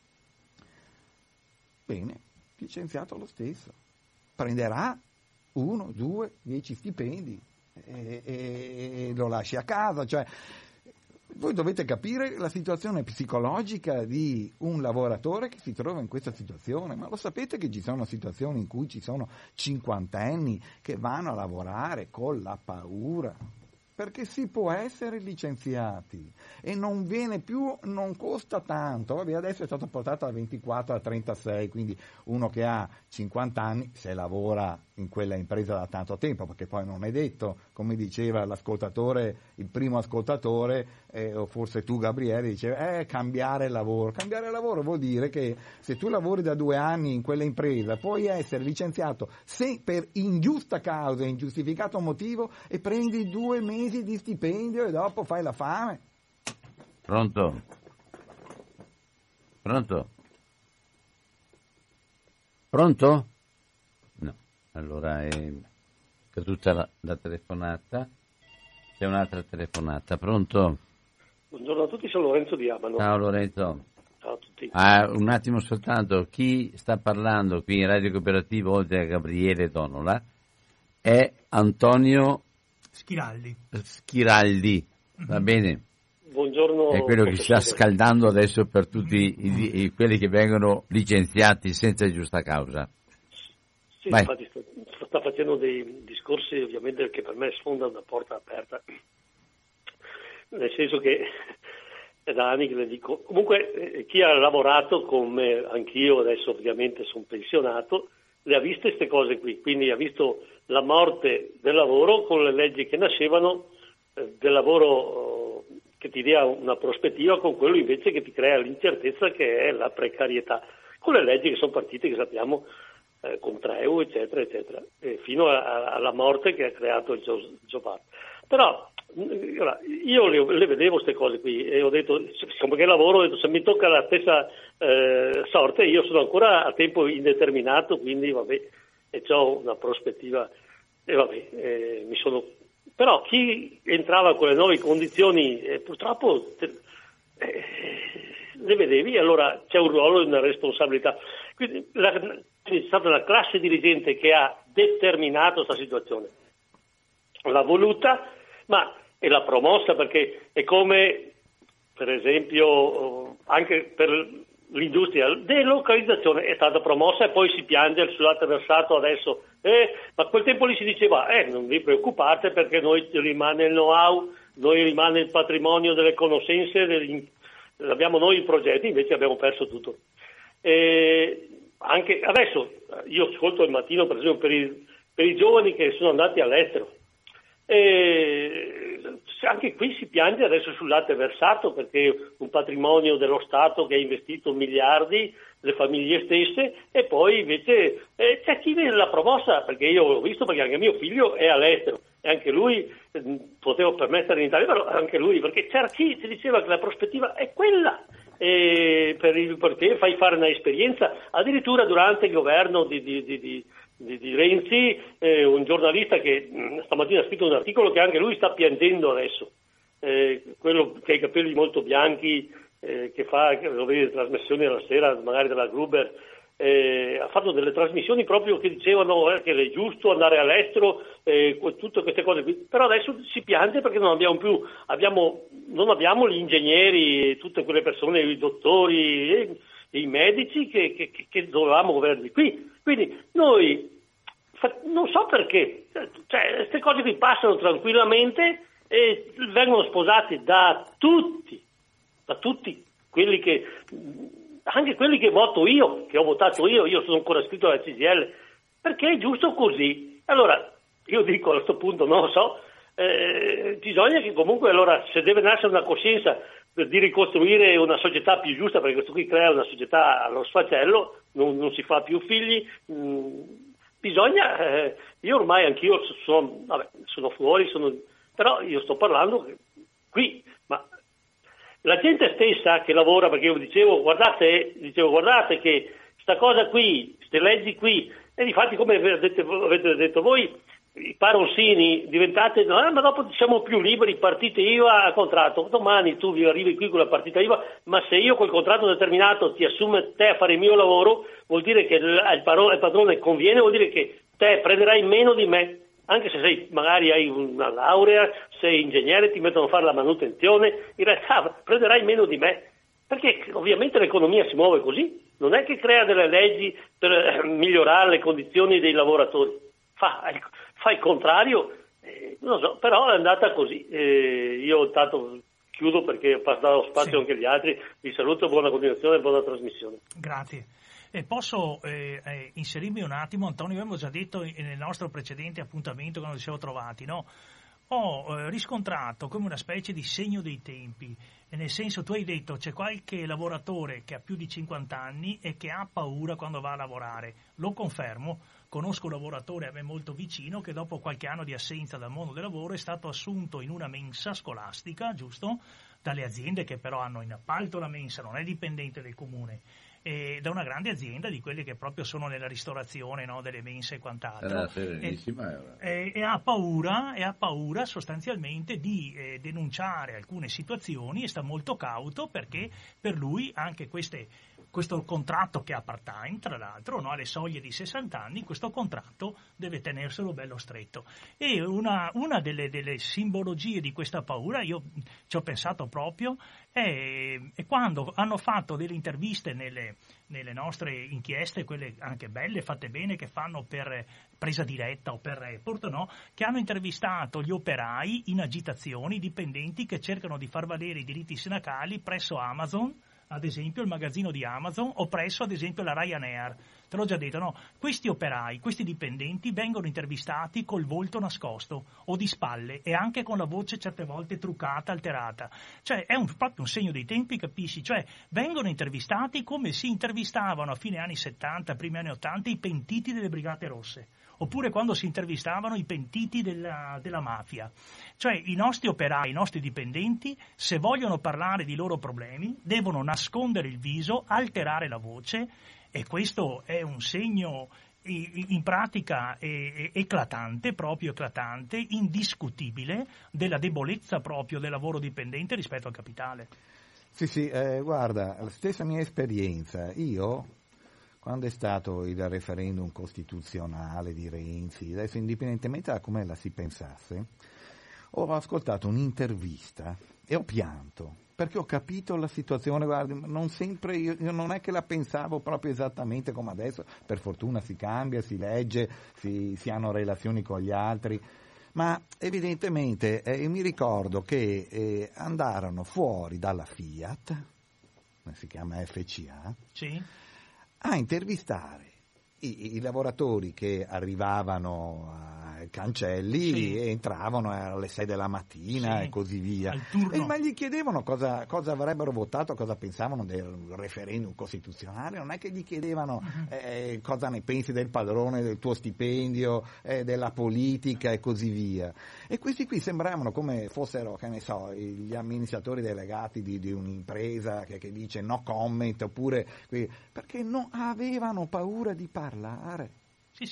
bene, licenziato lo stesso, prenderà 1, 2, 10 stipendi e lo lasci a casa. Cioè, voi dovete capire la situazione psicologica di un lavoratore che si trova in questa situazione, ma lo sapete che ci sono situazioni in cui ci sono 50enni che vanno a lavorare con la paura, perché si può essere licenziati e non viene più, non costa tanto. Vabbè, adesso è stato portato da 24 a 36, quindi uno che ha 50 anni, se lavora in quella impresa da tanto tempo, perché poi non è detto, come diceva l'ascoltatore, il primo ascoltatore, o forse tu Gabriele, diceva cambiare lavoro. Cambiare lavoro vuol dire che se tu lavori da 2 anni in quella impresa puoi essere licenziato se per ingiusta causa, ingiustificato motivo, e prendi 2 mesi di stipendio e dopo fai la fame. Pronto? Pronto? Pronto? No, allora è caduta la telefonata. C'è un'altra telefonata. Pronto? Buongiorno a tutti, sono Lorenzo di Abano. Ciao Lorenzo. Ciao a tutti. Un attimo soltanto, chi sta parlando qui in Radio Cooperativa, oltre a Gabriele Donola, è Antonio Schiraldi, va bene? Buongiorno. È quello che si sta scaldando adesso per tutti quelli che vengono licenziati senza giusta causa. Sì, vai. Infatti sta facendo dei discorsi ovviamente che per me sfonda una porta aperta, nel senso che è da anni che le dico. Comunque chi ha lavorato come anch'io, adesso ovviamente sono pensionato, le ha viste queste cose qui, quindi ha visto la morte del lavoro con le leggi che nascevano del lavoro che ti dia una prospettiva, con quello invece che ti crea l'incertezza, che è la precarietà, con le leggi che sono partite, che sappiamo, con Treu, eccetera, eccetera, fino alla morte che ha creato il Job Act. Però io le vedevo queste cose qui e ho detto, perché lavoro, ho detto, se mi tocca la stessa sorte, io sono ancora a tempo indeterminato, quindi vabbè, e ho una prospettiva, e vabbè, però chi entrava con le nuove condizioni, purtroppo le vedevi, allora c'è un ruolo e una responsabilità. Quindi è stata la classe dirigente che ha determinato questa situazione, l'ha voluta, ma e l'ha promossa, perché è come, per esempio, anche per l'industria, delocalizzazione è stata promossa e poi si piange sul lato versato adesso, ma a quel tempo lì si diceva, non vi preoccupate perché noi rimane il know-how, noi rimane il patrimonio delle conoscenze, abbiamo noi i progetti, invece abbiamo perso tutto. Anche adesso io ascolto al mattino, per esempio, per i giovani che sono andati all'estero, anche qui si piange adesso sul latte versato, perché un patrimonio dello Stato che ha investito miliardi, le famiglie stesse, e poi invece c'è chi la promossa, perché io l'ho visto, perché anche mio figlio è all'estero e anche lui potevo permettere in Italia, però anche lui, perché c'era chi ti diceva che la prospettiva è quella, perché fai fare un'esperienza, addirittura durante il governo di Renzi, un giornalista che stamattina ha scritto un articolo che anche lui sta piangendo adesso, quello che ha i capelli molto bianchi, che lo vedi le trasmissioni alla sera, magari della Gruber, ha fatto delle trasmissioni proprio che dicevano che è giusto andare all'estero, tutte queste cose qui. Però adesso si piange perché non abbiamo più, non abbiamo gli ingegneri, tutte quelle persone, i dottori, i medici che dovevamo averli qui. Quindi noi non so perché, cioè queste cose qui passano tranquillamente e vengono sposati da tutti, quelli che, anche quelli che voto io, che ho votato io sono ancora iscritto alla CGIL, perché è giusto così. Allora, io dico a questo punto, non lo so, bisogna che comunque, allora, se deve nascere una coscienza di ricostruire una società più giusta, perché questo qui crea una società allo sfacelo, non si fa più figli, bisogna, io ormai anch'io sono fuori, però io sto parlando qui, ma la gente stessa che lavora, perché io dicevo guardate che sta cosa qui, queste leggi qui, e difatti come avete detto voi, i parossini diventate, ma dopo siamo più liberi, partite IVA a contratto, domani tu arrivi qui con la partita IVA, ma se io col contratto determinato ti assume te a fare il mio lavoro, vuol dire che il padrone conviene, vuol dire che te prenderai meno di me, anche se magari hai una laurea, sei ingegnere, ti mettono a fare la manutenzione, in realtà prenderai meno di me, perché ovviamente l'economia si muove così, non è che crea delle leggi per migliorare le condizioni dei lavoratori, fa il contrario, non so, però è andata così. Io tanto chiudo perché ho passato spazio anche agli altri, vi saluto, buona continuazione e buona trasmissione. Grazie. Posso inserirmi un attimo, Antonio, abbiamo già detto nel nostro precedente appuntamento quando ci siamo trovati, no? Ho riscontrato come una specie di segno dei tempi, nel senso, tu hai detto c'è qualche lavoratore che ha più di 50 anni e che ha paura quando va a lavorare, lo confermo. Conosco un lavoratore a me molto vicino che dopo qualche anno di assenza dal mondo del lavoro è stato assunto in una mensa scolastica, giusto? Dalle aziende che però hanno in appalto la mensa, non è dipendente del comune, da una grande azienda di quelle che proprio sono nella ristorazione, no? Delle mense e quant'altro. E ha paura sostanzialmente di denunciare alcune situazioni e sta molto cauto perché per lui anche questo contratto che ha part-time, tra l'altro, no, alle soglie di 60 anni, questo contratto deve tenerselo bello stretto. E una delle simbologie di questa paura, io ci ho pensato proprio, è quando hanno fatto delle interviste nelle nostre inchieste, quelle anche belle, fatte bene, che fanno per presa diretta o per report, no? Che hanno intervistato gli operai in agitazioni, dipendenti che cercano di far valere i diritti sindacali presso Amazon, ad esempio il magazzino di Amazon, o presso ad esempio la Ryanair. Te l'ho già detto, no? Questi operai, questi dipendenti vengono intervistati col volto nascosto o di spalle e anche con la voce certe volte truccata, alterata. Cioè è proprio un segno dei tempi, capisci? Cioè vengono intervistati come si intervistavano a fine anni 70, primi anni 80 i pentiti delle Brigate Rosse, oppure quando si intervistavano i pentiti della mafia. Cioè i nostri operai, i nostri dipendenti, se vogliono parlare di loro problemi, devono nascondere il viso, alterare la voce, e questo è un segno in pratica eclatante, indiscutibile, della debolezza proprio del lavoro dipendente rispetto al capitale. Sì, guarda, la stessa mia esperienza, io quando è stato il referendum costituzionale di Renzi, adesso indipendentemente da come la si pensasse, ho ascoltato un'intervista e ho pianto, perché ho capito la situazione. Guardi, non sempre, io non è che la pensavo proprio esattamente come adesso, per fortuna si cambia, si legge, si hanno relazioni con gli altri, ma evidentemente mi ricordo che andarono fuori dalla Fiat, si chiama FCA, sì, a intervistare i lavoratori che arrivavano ai cancelli, sì, e entravano alle 6 della mattina, sì, e così via. Ma gli chiedevano cosa avrebbero votato, cosa pensavano del referendum costituzionale, non è che gli chiedevano cosa ne pensi del padrone, del tuo stipendio, della politica e così via. E questi qui sembravano come fossero, che ne so, gli amministratori delegati di un'impresa che dice no comment, oppure perché non avevano paura di parlare. Sì.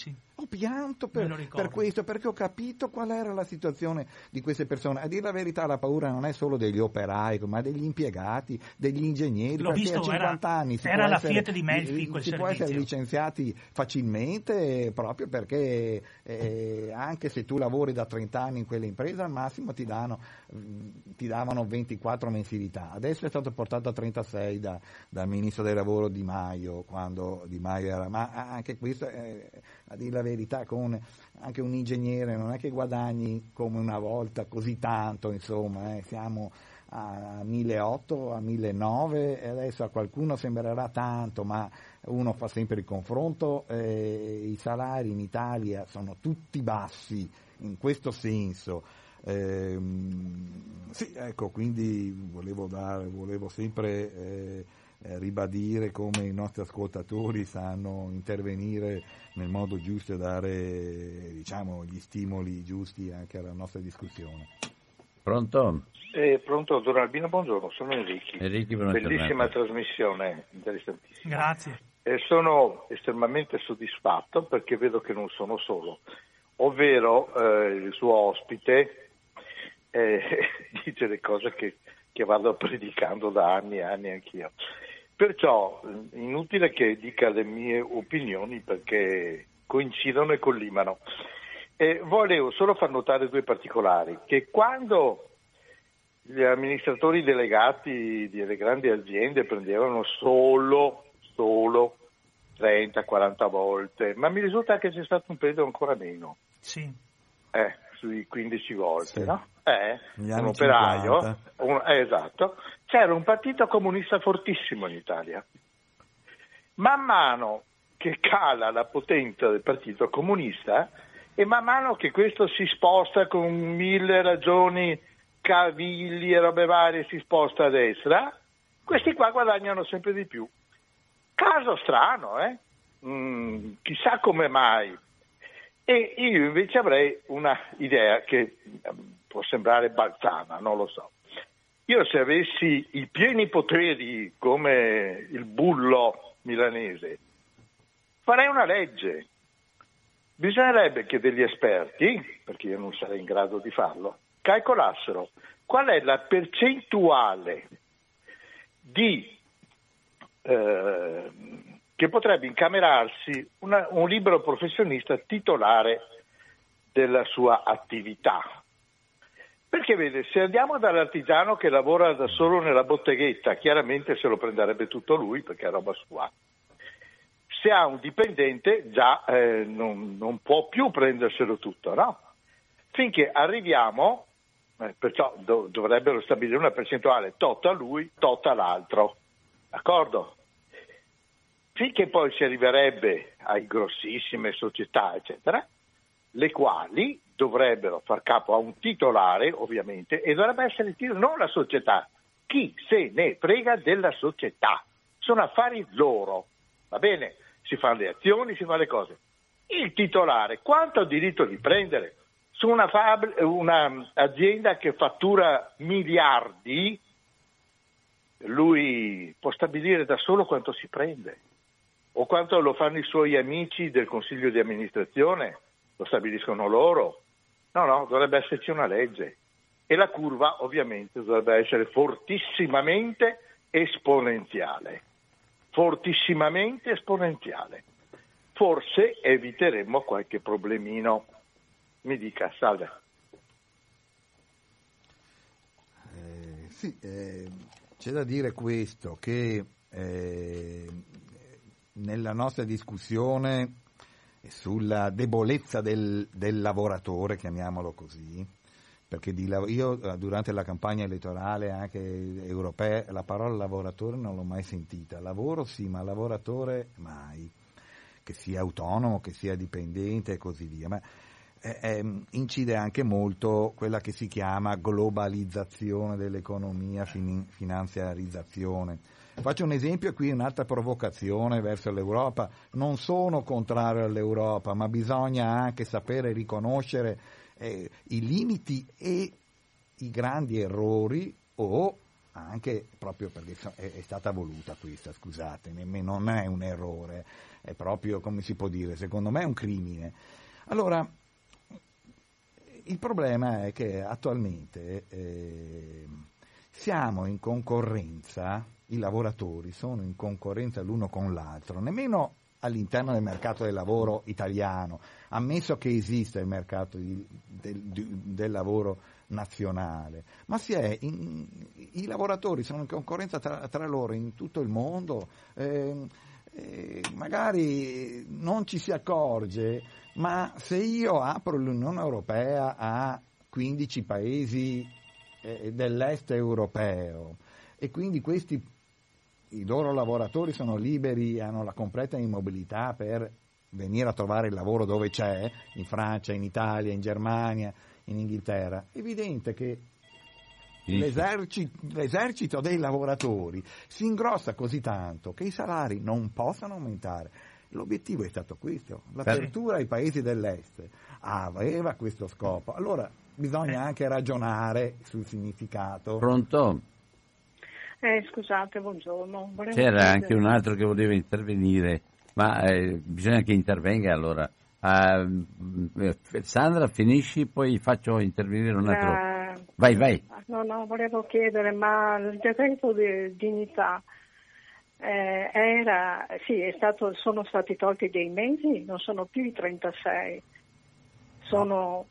ho pianto per questo, perché ho capito qual era la situazione di queste persone. A dire la verità, la paura non è solo degli operai, ma degli impiegati, degli ingegneri. L'ho visto, a 50 anni era la Fiat di Melfi quel si può essere licenziati facilmente, proprio perché anche se tu lavori da 30 anni in quell'impresa, al massimo ti davano 24 mensilità. Adesso è stato portato a 36 dal ministro del lavoro Di Maio, quando Di Maio era, ma anche questo a dire la verità, con anche un ingegnere non è che guadagni come una volta così tanto, insomma, siamo a 1.800, a 1.900 e adesso a qualcuno sembrerà tanto, ma uno fa sempre il confronto, i salari in Italia sono tutti bassi in questo senso. Sì, ecco, quindi volevo sempre ribadire come i nostri ascoltatori sanno intervenire nel modo giusto e dare, diciamo, gli stimoli giusti anche alla nostra discussione. Pronto? Pronto, Don Albino, buongiorno, sono Enrico. Bellissima trasmissione, interessantissima. Grazie. Sono estremamente soddisfatto perché vedo che non sono solo, ovvero il suo ospite dice le cose che vado predicando da anni e anni anch'io. Perciò inutile che dica le mie opinioni perché coincidono e collimano. Volevo solo far notare due particolari, che quando gli amministratori delegati delle grandi aziende prendevano solo 30-40 volte, ma mi risulta che c'è stato un periodo ancora meno. Sì. Sui 15 volte, sì. No? Un operaio, esatto. C'era un partito comunista fortissimo in Italia. Man mano che cala la potenza del partito comunista e man mano che questo si sposta con 1000 ragioni, cavilli e robe varie, si sposta a destra, questi qua guadagnano sempre di più. Caso strano, chissà come mai. E io invece avrei una idea che può sembrare balzana, non lo so. Io se avessi i pieni poteri come il bullo milanese, farei una legge. Bisognerebbe che degli esperti, perché io non sarei in grado di farlo, calcolassero qual è la percentuale che potrebbe incamerarsi un libero professionista titolare della sua attività. Perché vede, se andiamo dall'artigiano che lavora da solo nella botteghetta, chiaramente se lo prenderebbe tutto lui perché è roba sua. Se ha un dipendente già non può più prenderselo tutto, no? Finché arriviamo, perciò dovrebbero stabilire una percentuale tot a lui, tot all'altro, d'accordo? Finché poi si arriverebbe a grossissime società, eccetera, le quali dovrebbero far capo a un titolare, ovviamente, e dovrebbe essere il titolare, non la società. Chi se ne frega della società? Sono affari loro, va bene? Si fanno le azioni, si fanno le cose. Il titolare, quanto ha diritto di prendere? Su una azienda che fattura miliardi, lui può stabilire da solo quanto si prende. O quanto lo fanno i suoi amici del consiglio di amministrazione, lo stabiliscono loro. No, dovrebbe esserci una legge. E la curva ovviamente dovrebbe essere fortissimamente esponenziale. Fortissimamente esponenziale. Forse eviteremmo qualche problemino. Mi dica, salve. Sì, c'è da dire questo, che nella nostra discussione sulla debolezza del lavoratore, chiamiamolo così, perché io durante la campagna elettorale anche europea la parola lavoratore non l'ho mai sentita. Lavoro sì, ma lavoratore mai, che sia autonomo, che sia dipendente e così via. Ma incide anche molto quella che si chiama globalizzazione dell'economia, finanziarizzazione. Faccio un esempio e qui un'altra provocazione verso l'Europa. Non sono contrario all'Europa, ma bisogna anche sapere riconoscere i limiti e i grandi errori o anche proprio perché è stata voluta questa, scusate, non è un errore, è proprio, come si può dire, secondo me è un crimine. Allora, il problema è che attualmente siamo in concorrenza, i lavoratori sono in concorrenza l'uno con l'altro, nemmeno all'interno del mercato del lavoro italiano, ammesso che esista il mercato del lavoro nazionale, ma i lavoratori sono in concorrenza tra loro in tutto il mondo, magari non ci si accorge, ma se io apro l'Unione Europea a 15 paesi dell'est europeo e quindi i loro lavoratori sono liberi, hanno la completa immobilità per venire a trovare il lavoro dove c'è, in Francia, in Italia, in Germania, in Inghilterra, è evidente che l'esercito dei lavoratori si ingrossa così tanto che i salari non possano aumentare. L'obiettivo è stato questo, l'apertura ai paesi dell'est aveva questo scopo. Allora bisogna anche ragionare sul significato. Pronto? Scusate, buongiorno. C'era anche un altro che voleva intervenire, ma bisogna che intervenga allora. Sandra, finisci, poi faccio intervenire un altro. Vai. No, volevo chiedere, ma il decreto di dignità sono stati tolti dei mesi, non sono più i 36, sono...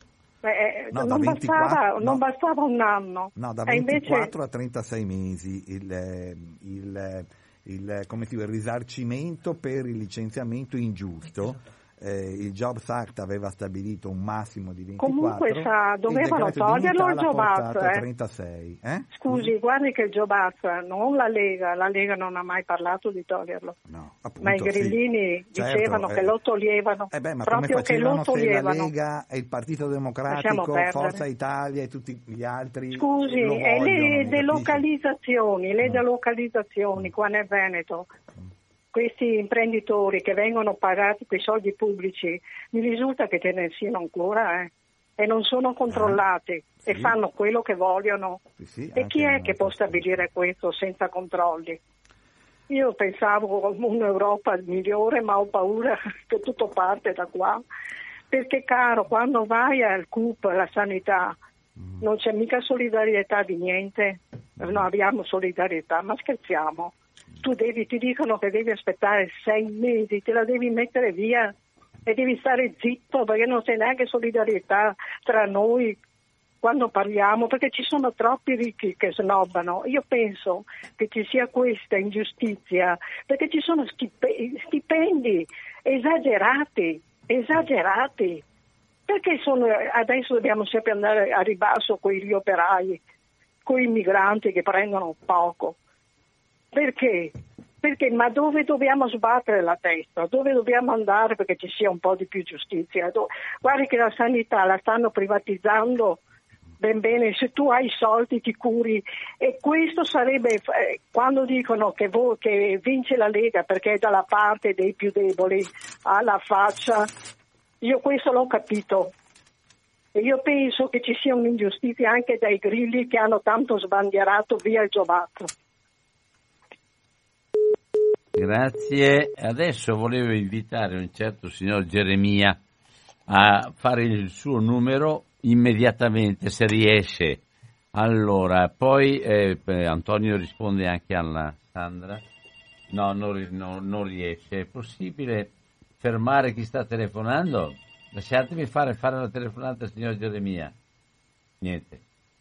non bastava un anno. No, da 24 a 36 mesi il risarcimento per il licenziamento ingiusto. Il Jobs Act aveva stabilito un massimo di 24. Comunque dovevano toglierlo il Jobs Act. 36. Scusi, guardi che il Jobs Act, non la Lega non ha mai parlato di toglierlo. No, appunto, ma i grillini dicevano che lo toglievano. Ma proprio come che lo toglievano. Se la Lega e il Partito Democratico, Forza Italia e tutti gli altri. Scusi, lo vogliono, e le delocalizzazioni qua nel Veneto. Questi imprenditori che vengono pagati quei soldi pubblici, mi risulta che ce ne siano ancora e non sono controllati e fanno quello che vogliono. E chi è che può stabilire questo senza controlli? Io pensavo un'Europa migliore, ma ho paura che tutto parte da qua. Perché caro, quando vai al CUP, alla sanità, non c'è mica solidarietà di niente. Non abbiamo solidarietà, ma scherziamo. Ti dicono che devi aspettare 6 mesi, te la devi mettere via e devi stare zitto perché non c'è neanche solidarietà tra noi quando parliamo, perché ci sono troppi ricchi che snobbano. Io penso che ci sia questa ingiustizia perché ci sono stipendi esagerati, perché adesso dobbiamo sempre andare a ribasso con gli operai, con i migranti che prendono poco. Perché? Ma dove dobbiamo sbattere la testa? Dove dobbiamo andare perché ci sia un po' di più giustizia? Guardi che la sanità la stanno privatizzando ben bene, se tu hai i soldi ti curi, e questo sarebbe, quando dicono che vince la Lega perché è dalla parte dei più deboli, alla faccia, io questo l'ho capito. E io penso che ci sia un'ingiustizia anche dai grilli che hanno tanto sbandierato via il Giovato. Grazie. Adesso volevo invitare un certo signor Geremia a fare il suo numero immediatamente, se riesce. Allora, poi Antonio risponde anche alla Sandra. No, non riesce. È possibile fermare chi sta telefonando? Lasciatemi fare la telefonata al signor Geremia. Niente.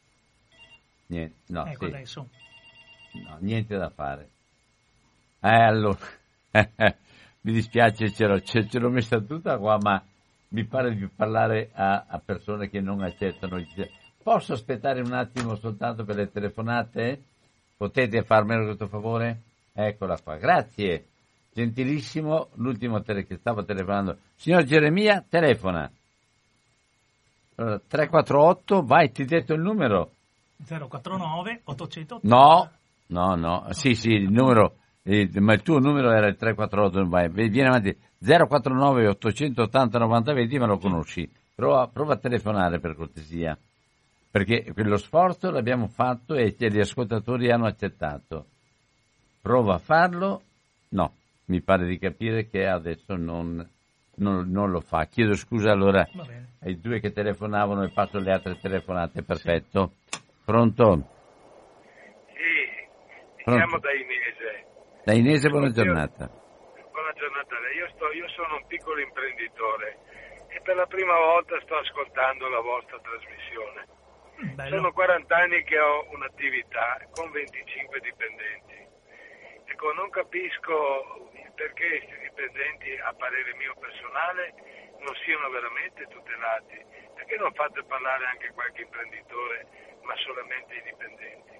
No, ecco sì. Adesso. No, niente da fare. Allora, mi dispiace, ce l'ho messa tutta qua, ma mi pare di parlare a persone che non accettano. Posso aspettare un attimo soltanto per le telefonate? Potete farmelo questo favore? Eccola qua, grazie. Gentilissimo, l'ultimo che stavo telefonando. Signor Geremia, telefona. Allora, 348, vai, ti ho detto il numero. 049 880. No, sì, il numero... ma il tuo numero era il 348, vai, vieni avanti, 049 880 90 20, ma lo conosci, prova a telefonare per cortesia. perché quello sforzo l'abbiamo fatto e gli ascoltatori hanno accettato. Prova a farlo? No, mi pare di capire che adesso non lo fa. Chiedo scusa allora ai due che telefonavano e passo le altre telefonate. Perfetto. Sì. Pronto? Sì, chiamo da Inese. Da Inese, buona giornata. Buona giornata a lei. Io sono un piccolo imprenditore e per la prima volta sto ascoltando la vostra trasmissione. Bello. Sono 40 anni che ho un'attività con 25 dipendenti. Ecco, non capisco perché questi dipendenti, a parere mio personale, non siano veramente tutelati. Perché non fate parlare anche qualche imprenditore, ma solamente i dipendenti?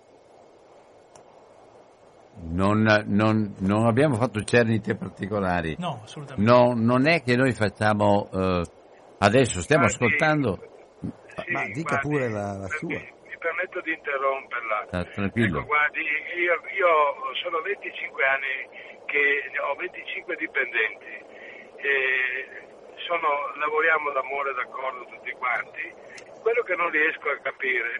Non abbiamo fatto cernite particolari. No, assolutamente. No, non è che noi facciamo... adesso stiamo ascoltando... Sì, ma dica pure la sua. Mi permetto di interromperla. Tranquillo. Ecco, guardi, io sono 25 anni che ho 25 dipendenti e lavoriamo d'amore d'accordo tutti quanti. Quello che non riesco a capire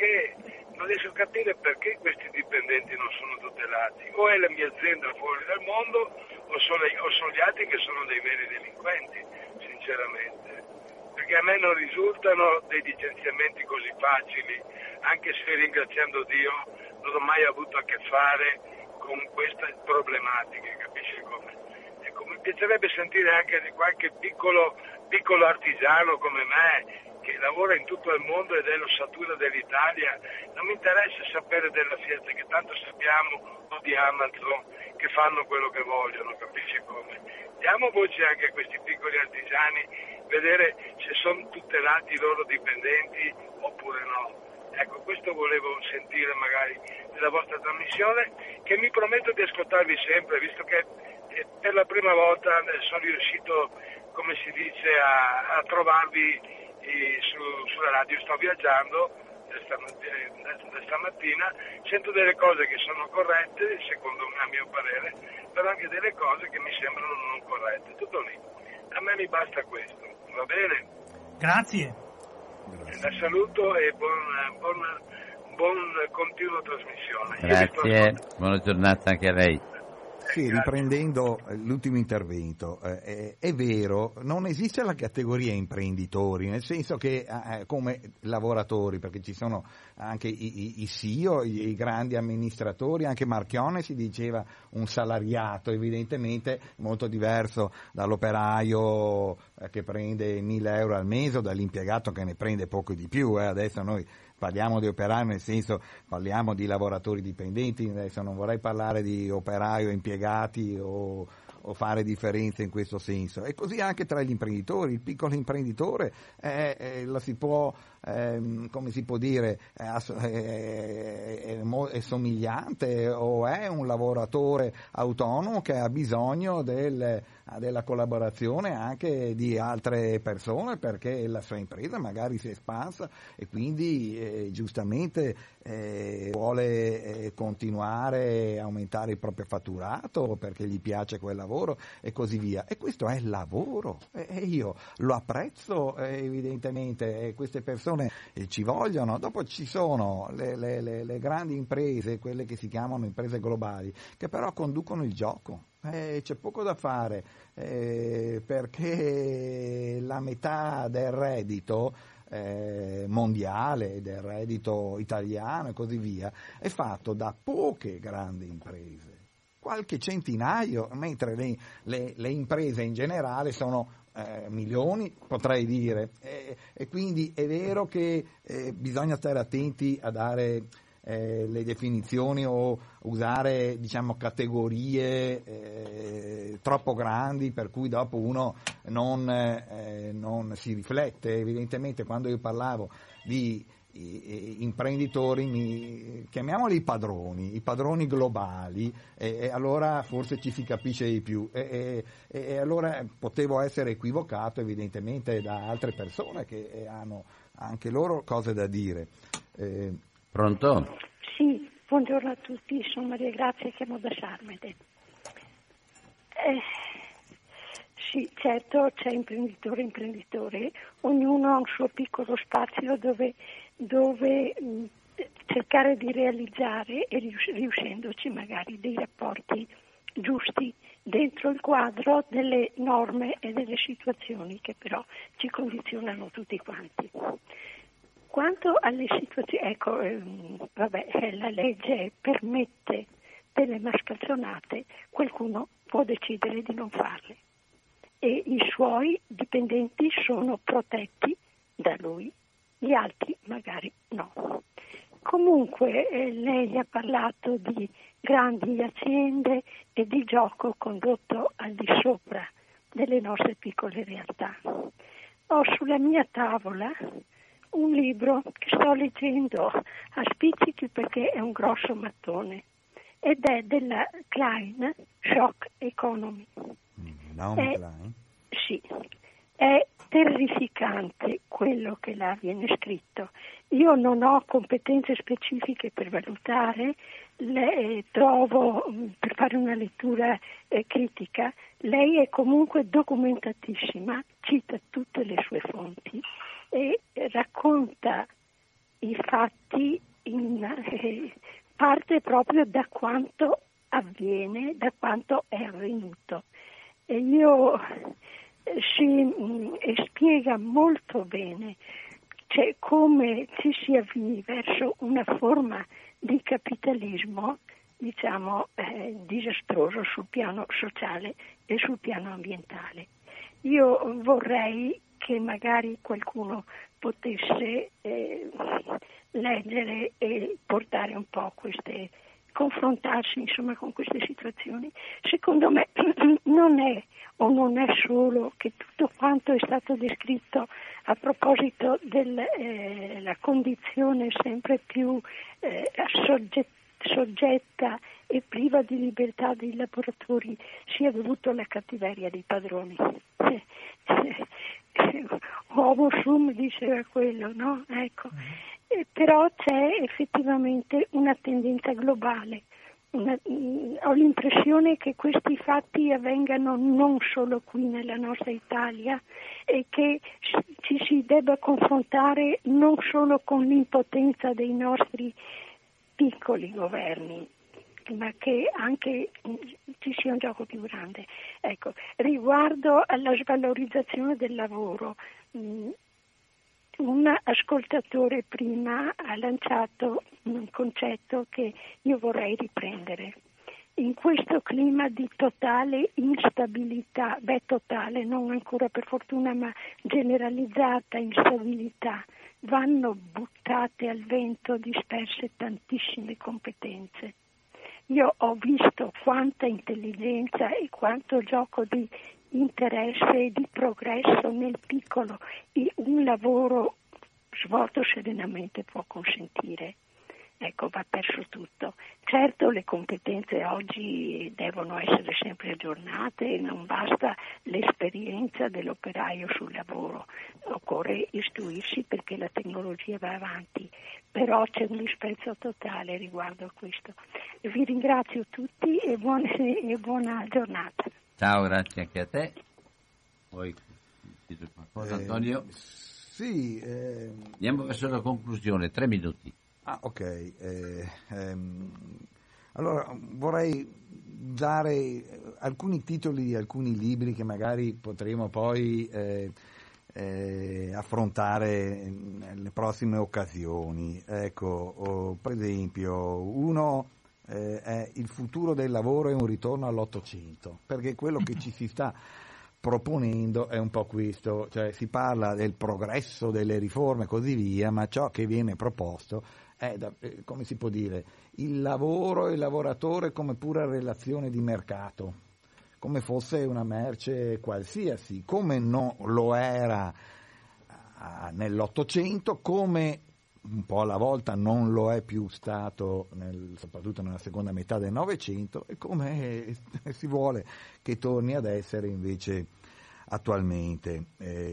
perché questi dipendenti non sono tutelati. O è la mia azienda fuori dal mondo o sono gli altri che sono dei veri delinquenti, sinceramente. Perché a me non risultano dei licenziamenti così facili, anche se ringraziando Dio non ho mai avuto a che fare con queste problematiche, capisci come? Ecco, mi piacerebbe sentire anche di qualche piccolo artigiano come me che lavora in tutto il mondo ed è l'ossatura dell'Italia. Non mi interessa sapere della Fiat, che tanto sappiamo, o di Amazon, che fanno quello che vogliono, capisci come? Diamo voce anche a questi piccoli artigiani, vedere se sono tutelati i loro dipendenti oppure no. Ecco, questo volevo sentire magari nella vostra trasmissione, che mi prometto di ascoltarvi sempre, visto che per la prima volta sono riuscito, come si dice, a trovarvi sulla radio. Sto viaggiando stamattina, sento delle cose che sono corrette, secondo me, a mio parere, però anche delle cose che mi sembrano non corrette. Tutto lì. A me mi basta questo, va bene? Grazie. La saluto e buon continuo trasmissione. Grazie, buona giornata anche a lei. Sì, riprendendo l'ultimo intervento, è vero, non esiste la categoria imprenditori, nel senso che come lavoratori, perché ci sono anche i CEO, i grandi amministratori, anche Marchionne si diceva un salariato, evidentemente molto diverso dall'operaio che prende 1.000 euro al mese o dall'impiegato che ne prende poco di più. Adesso noi parliamo di operai, nel senso parliamo di lavoratori dipendenti, adesso non vorrei parlare di operaio, impiegati o fare differenze in questo senso. E così anche tra gli imprenditori, il piccolo imprenditore lo si può, come si può dire, è somigliante o è un lavoratore autonomo che ha bisogno della collaborazione anche di altre persone, perché la sua impresa magari si è espansa e quindi giustamente vuole continuare a aumentare il proprio fatturato perché gli piace quel lavoro e così via. E questo è il lavoro e io lo apprezzo evidentemente, e queste persone ci vogliono. Dopo ci sono le grandi imprese, quelle che si chiamano imprese globali, che però conducono il gioco. C'è poco da fare perché la metà del reddito mondiale, del reddito italiano e così via è fatto da poche grandi imprese, qualche centinaio, mentre le imprese in generale sono milioni, potrei dire, e quindi è vero che bisogna stare attenti a dare le definizioni o usare, diciamo, categorie troppo grandi per cui dopo uno non si riflette. Evidentemente quando io parlavo di imprenditori, chiamiamoli i padroni globali, e allora forse ci si capisce di più, e allora potevo essere equivocato evidentemente da altre persone che hanno anche loro cose da dire. Pronto? Sì, buongiorno a tutti, sono Maria Grazia, chiamo da Sarmede. Sì, certo, c'è imprenditore, ognuno ha un suo piccolo spazio dove dove cercare di realizzare e riuscendoci magari dei rapporti giusti dentro il quadro delle norme e delle situazioni che però ci condizionano tutti quanti. Quanto alle situazioni, la legge permette delle mascalzonate, qualcuno può decidere di non farle e i suoi dipendenti sono protetti da lui, gli altri magari no. Comunque lei ha parlato di grandi aziende e di gioco condotto al di sopra delle nostre piccole realtà. Ho sulla mia tavola un libro che sto leggendo a spizzichi perché è un grosso mattone ed è della Klein, Shock Economy. Klein? Sì, è terrificante quello che là viene scritto. Io non ho competenze specifiche per valutare, trovo per fare una lettura critica, lei è comunque documentatissima, cita tutte le sue fonti e racconta i fatti parte proprio da quanto avviene, da quanto è avvenuto. E spiega molto bene come ci si avvii verso una forma di capitalismo, diciamo, disastroso sul piano sociale e sul piano ambientale. Io vorrei che magari qualcuno potesse leggere e portare un po' confrontarsi insomma con queste situazioni. Secondo me non è solo che tutto quanto è stato descritto a proposito della condizione sempre più soggetta e priva di libertà dei lavoratori sia dovuto alla cattiveria dei padroni. Uomo sum diceva quello, no? Ecco. Però c'è effettivamente una tendenza globale. Ho l'impressione che questi fatti avvengano non solo qui nella nostra Italia e che ci si debba confrontare non solo con l'impotenza dei nostri piccoli governi, ma che anche ci sia un gioco più grande. Ecco, riguardo alla svalorizzazione del lavoro, un ascoltatore prima ha lanciato un concetto che io vorrei riprendere. In questo clima di totale instabilità, totale, non ancora per fortuna, ma generalizzata instabilità, vanno buttate al vento disperse tantissime competenze. Io ho visto quanta intelligenza e quanto gioco di interesse e di progresso nel piccolo un lavoro svolto serenamente può consentire. Ecco, va perso tutto. Certo, le competenze oggi devono essere sempre aggiornate, non basta l'esperienza dell'operaio sul lavoro, occorre istruirsi perché la tecnologia va avanti, però c'è un disprezzo totale riguardo a questo. Vi ringrazio tutti e buona giornata. Ciao, grazie anche a te. Poi dire qualcosa, Antonio? Sì. Andiamo verso la conclusione, 3 minuti. Ok. Allora vorrei dare alcuni titoli di alcuni libri che magari potremo poi affrontare nelle prossime occasioni. Ecco, per esempio, uno è Il futuro del lavoro e un ritorno all'Ottocento, perché quello che ci si sta proponendo è un po' questo, cioè si parla del progresso, delle riforme e così via, ma ciò che viene proposto è, come si può dire, il lavoro e il lavoratore come pura relazione di mercato, come fosse una merce qualsiasi, come non lo era nell'Ottocento, come un po' alla volta non lo è più stato soprattutto nella seconda metà del Novecento, e come si vuole che torni ad essere invece attualmente.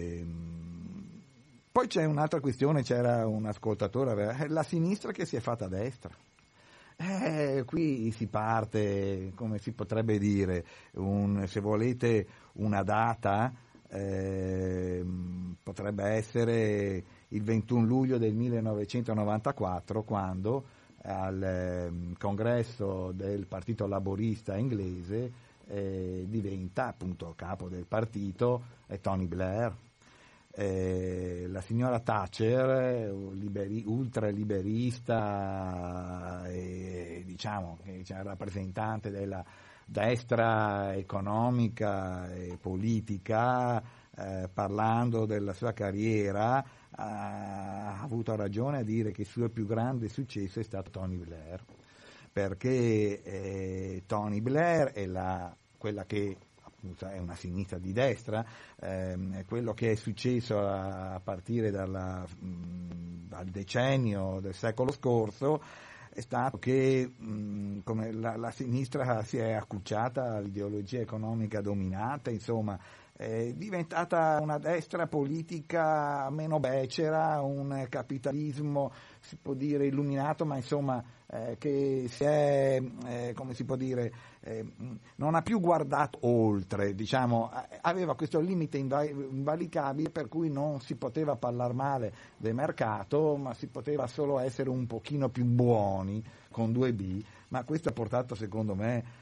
Poi c'è un'altra questione, c'era un ascoltatore, la sinistra che si è fatta a destra. Qui si parte, come si potrebbe dire, se volete una data potrebbe essere il 21 luglio del 1994, quando al congresso del Partito Laborista inglese diventa appunto capo del partito Tony Blair. La signora Thatcher, ultraliberista, diciamo che c'è rappresentante della destra economica e politica, parlando della sua carriera, ha avuto ragione a dire che il suo più grande successo è stato Tony Blair, perché Tony Blair è quella che appunto è una sinistra di destra, quello che è successo a partire dal decennio del secolo scorso è stato che come la sinistra si è accucciata all'ideologia economica dominante, insomma è diventata una destra politica meno becera, un capitalismo si può dire illuminato, ma insomma che si è, come si può dire, non ha più guardato oltre, diciamo, aveva questo limite invalicabile per cui non si poteva parlare male del mercato, ma si poteva solo essere un pochino più buoni con 2B, ma questo ha portato secondo me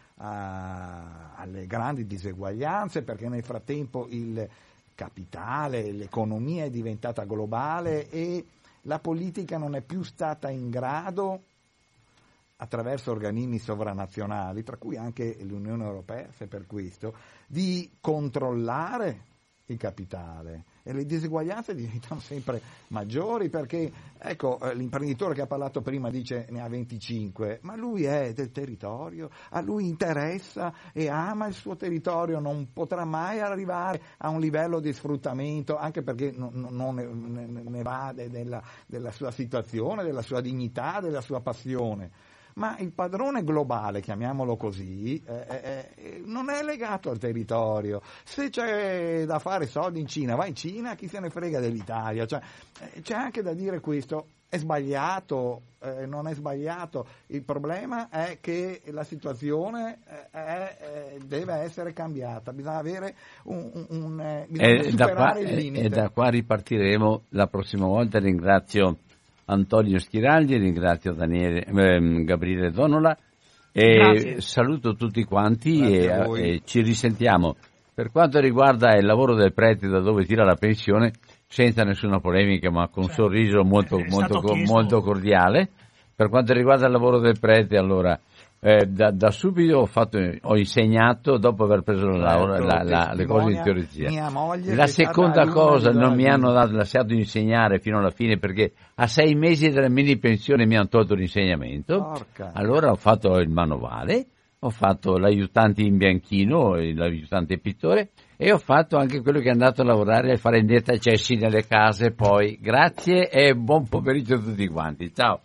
alle grandi diseguaglianze, perché nel frattempo il capitale, l'economia è diventata globale e la politica non è più stata in grado, attraverso organismi sovranazionali, tra cui anche l'Unione Europea, se per questo, di controllare il capitale, e le diseguaglianze diventano sempre maggiori, perché ecco, l'imprenditore che ha parlato prima dice ne ha 25, ma lui è del territorio, a lui interessa e ama il suo territorio, non potrà mai arrivare a un livello di sfruttamento, anche perché non ne va della sua situazione, della sua dignità, della sua passione. Ma il padrone globale, chiamiamolo così, non è legato al territorio. Se c'è da fare soldi in Cina, va in Cina, chi se ne frega dell'Italia. Cioè, c'è anche da dire questo, è sbagliato, non è sbagliato. Il problema è che la situazione deve essere cambiata, bisogna avere bisogna superare il limite. E da qua ripartiremo la prossima volta. Ringrazio Antonio Schiragli, ringrazio Gabriele Donola e saluto tutti quanti e ci risentiamo. Per quanto riguarda il lavoro del prete, da dove tira la pensione, senza nessuna polemica ma con un sorriso molto cordiale. Per quanto riguarda il lavoro del prete, allora da subito ho insegnato dopo aver preso le cose in teoria. La seconda cosa, non mi hanno lasciato insegnare fino alla fine, perché a 6 mesi della mini pensione mi hanno tolto l'insegnamento. Porca. Allora ho fatto il manovale, ho fatto l'aiutante in bianchino, l'aiutante pittore, e ho fatto anche quello che è andato a lavorare a fare nettacessi nelle case. Poi grazie e buon pomeriggio a tutti quanti, ciao.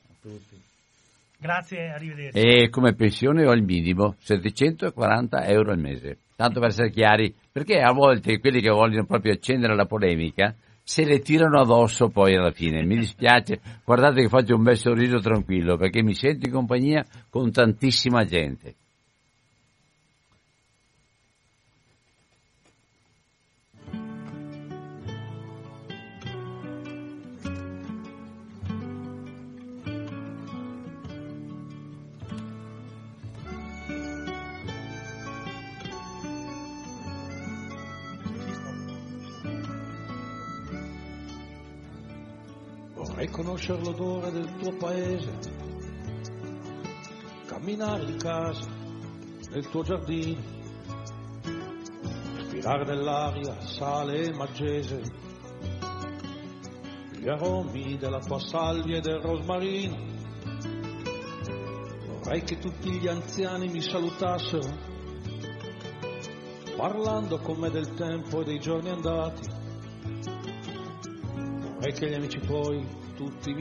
Grazie, arrivederci. E come pensione ho il minimo, 740 euro al mese. Tanto per essere chiari, perché a volte quelli che vogliono proprio accendere la polemica se le tirano addosso poi alla fine. Mi dispiace, guardate che faccio un bel sorriso tranquillo, perché mi sento in compagnia con tantissima gente. Vorrei conoscere l'odore del tuo paese, camminare di casa nel tuo giardino, respirare dell'aria sale e maggese, gli aromi della tua salvia e del rosmarino. Vorrei che tutti gli anziani mi salutassero, parlando con me del tempo e dei giorni andati. Vorrei che gli amici poi tutti